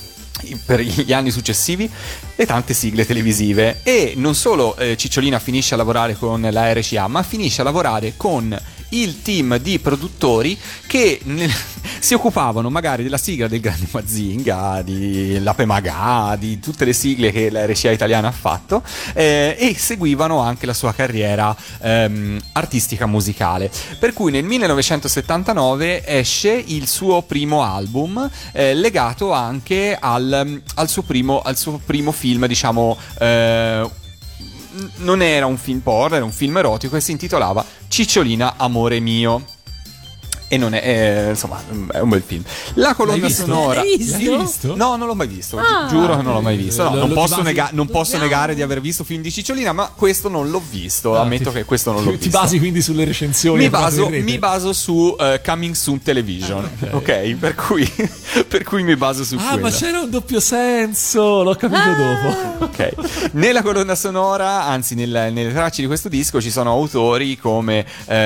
per gli anni successivi? Le tante sigle televisive. E non solo eh, Cicciolina finisce a lavorare con la R C A, ma finisce a lavorare con il team di produttori che nel, si occupavano magari della sigla del Grande Mazinga, di L'Ape Magà, di tutte le sigle che la R C A italiana ha fatto, eh, e seguivano anche la sua carriera ehm, artistica musicale. Per cui nel millenovecentosettantanove esce il suo primo album, eh, legato anche al, al, suo primo, al suo primo film, diciamo, eh, non era un film porno, era un film erotico e si intitolava Cicciolina amore mio. E non è, eh, insomma, è un bel film. La colonna sonora. L'hai visto? L'hai visto? No, non l'ho mai visto. Ah, giuro che non l'ho mai visto. No, lo- non lo posso, ti basi- nega- non posso dobbiamo- negare di aver visto film di Cicciolina, ma questo non l'ho visto. Ah, Ammetto ti- che questo non l'ho ti visto. basi quindi sulle recensioni? Mi trovate baso, in rete? mi baso su uh, Coming Soon Television, Ah, ok? ok. Per cui, per cui mi baso su Ah, quello. ma c'era un doppio senso, l'ho capito dopo. Ok. Nella colonna sonora, anzi nel- nelle tracce di questo disco ci sono autori come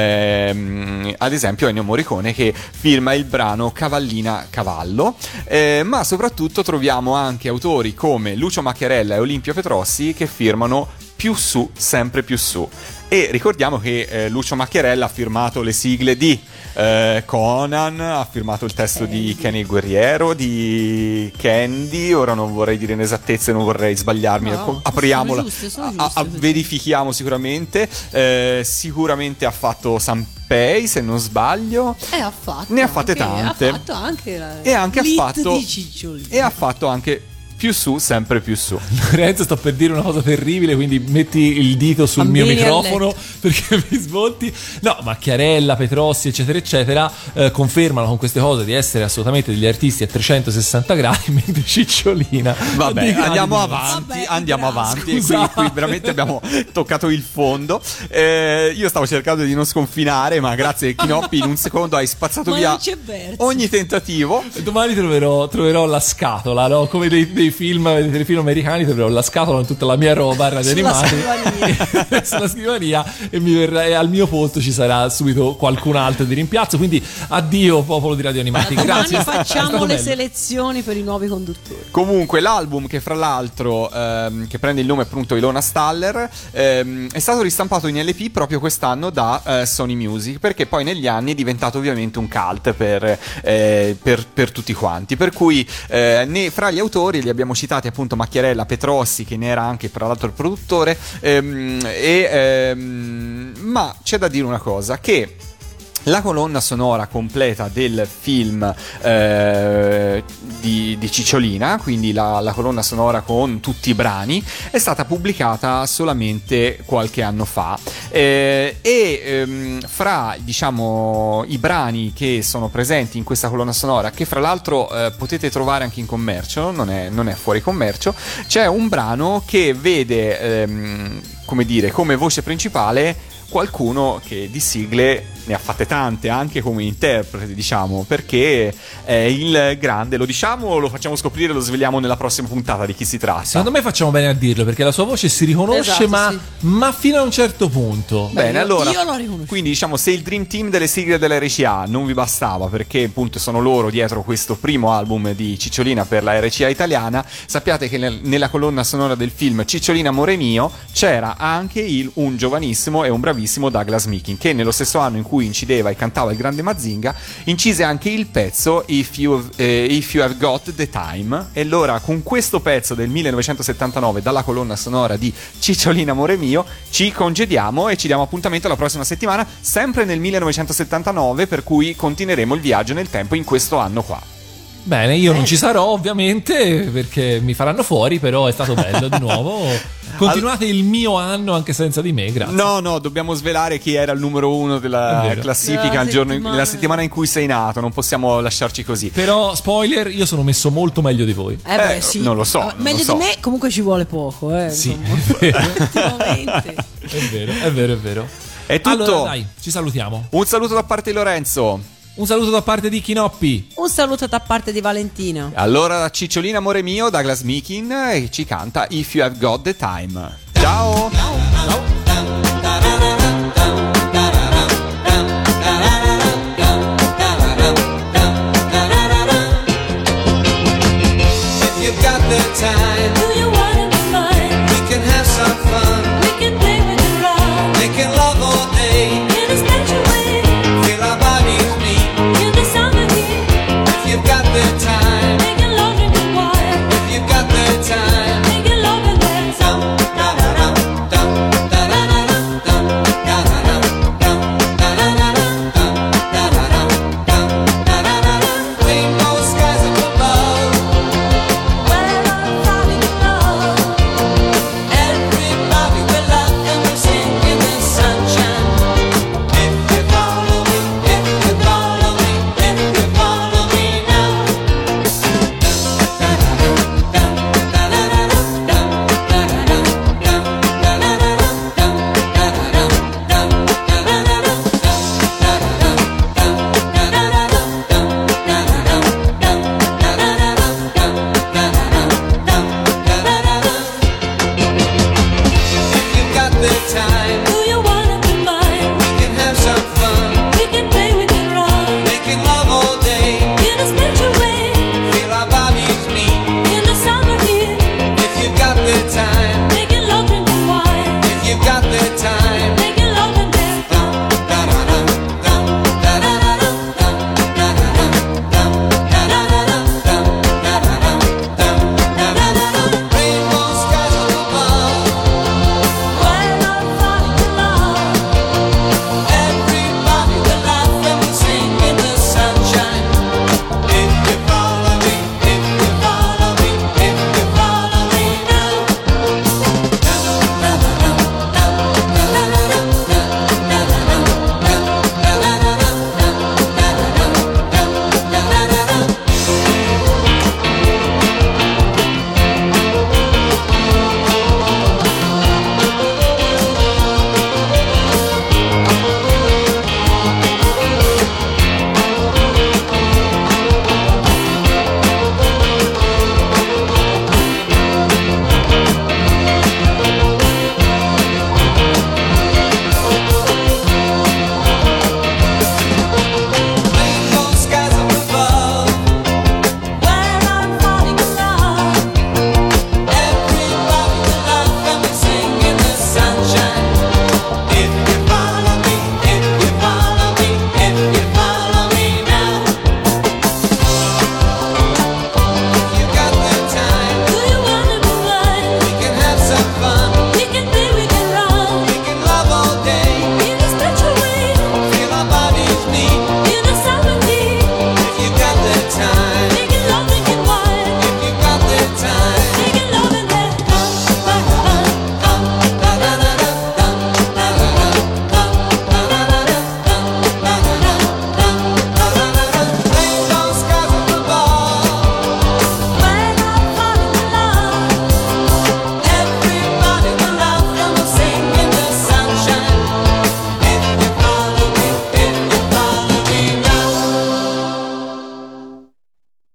ehm, ad esempio Ennio Morricone, che firma il brano Cavallina Cavallo, eh, ma soprattutto troviamo anche autori come Lucio Macchiarella e Olimpio Petrossi che firmano Più su, sempre più su. E ricordiamo che eh, Lucio Macchiarella ha firmato le sigle di eh, Conan, ha firmato il testo di Kenny il Guerriero, di Candy, ora non vorrei dire inesattezze, non vorrei sbagliarmi, No, apriamola, sono giuste, sono a- giuste, a- queste. verifichiamo sicuramente, eh, sicuramente ha fatto Sanpei, se non sbaglio, Eh, ha fatto. Ne ha fatte anche- tante. Ha fatto anche la e anche ha l'hit fatto di Cicciolina. e ha fatto anche più su, sempre più su. Lorenzo, sto per dire una cosa terribile, quindi metti il dito sul Bambini mio a microfono letto. perché mi svolti. No, Macchiarella, Petrossi, eccetera, eccetera, eh, confermano con queste cose di essere assolutamente degli artisti a trecentosessanta gradi, mentre Cicciolina. Vabbè, Di gradi andiamo diversi. avanti, Vabbè, andiamo grazie. avanti. Qui, Scusate. qui veramente abbiamo toccato il fondo. Eh, io stavo cercando di non sconfinare, ma grazie a Chinoppi in un secondo hai spazzato Ma via non c'è verso. ogni tentativo. Domani troverò, troverò la scatola, no? Come dei, dei film, dei telefilm americani, troverò la scatola con tutta la mia roba radio Sulla animati sulla scrivania e, mi verrà, e al mio posto ci sarà subito qualcun altro di rimpiazzo. Quindi addio popolo di radio animati. Domani Grazie. è sta- è facciamo stato le bello. selezioni per i nuovi conduttori. Comunque l'album che fra l'altro ehm, che prende il nome appunto Ilona Staller ehm, è stato ristampato in L P proprio quest'anno da eh, Sony Music, perché poi negli anni è diventato ovviamente un cult per, eh, per, per tutti quanti, per cui eh, ne, fra gli autori li abbiamo citati appunto Macchiarella, Petrossi che ne era anche fra l'altro il produttore ehm, e, ehm, ma c'è da dire una cosa, che la colonna sonora completa del film eh, di, di Cicciolina, quindi la, la colonna sonora con tutti i brani, è stata pubblicata solamente qualche anno fa eh, e ehm, fra diciamo i brani che sono presenti in questa colonna sonora, che fra l'altro eh, potete trovare anche in commercio, non è, non è fuori commercio, c'è un brano che vede ehm, come dire, come voce principale qualcuno che di sigle ne ha fatte tante, anche come interprete, diciamo, perché è il grande, lo diciamo o lo facciamo scoprire, lo sveliamo nella prossima puntata di chi si tratta? Secondo me facciamo bene a dirlo, perché la sua voce si riconosce, Esatto, ma, sì. ma fino a un certo punto. Bene, io- allora, io l'ho riconosciuto. quindi diciamo, se il Dream Team delle sigle dell'R C A non vi bastava, perché appunto sono loro dietro questo primo album di Cicciolina per la R C A italiana, sappiate che nel- nella colonna sonora del film Cicciolina amore mio c'era anche il, un giovanissimo e un bravissimo Douglas Meekin, che nello stesso anno in cui incideva e cantava il grande Mazinga incise anche il pezzo If You, eh, If You Have Got the Time. E allora con questo pezzo del millenovecentosettantanove dalla colonna sonora di Cicciolina amore mio ci congediamo e ci diamo appuntamento la prossima settimana, sempre nel millenovecentosettantanove, per cui continueremo il viaggio nel tempo in questo anno qua. Bene, io non ci sarò ovviamente perché mi faranno fuori, però è stato bello di nuovo. Continuate il mio anno anche senza di me, grazie. No, no, dobbiamo svelare chi era il numero uno della È vero. classifica La il giorno in- settimana. nella settimana in cui sei nato, non possiamo lasciarci così. Però, spoiler, io sono messo molto meglio di voi. Eh beh, Eh, sì. non lo so, Ah, non meglio lo so. di me comunque ci vuole poco, eh. Sì, insomma. è vero. Ultimamente. È vero, è vero, è vero. È tutto. Allora, dai, ci salutiamo. Un saluto da parte di Lorenzo. Un saluto da parte di Chinoppi. Un saluto da parte di Valentina. Allora, Cicciolina amore mio, Douglas Meekin, e ci canta If You Have Got the Time. Ciao. Ciao.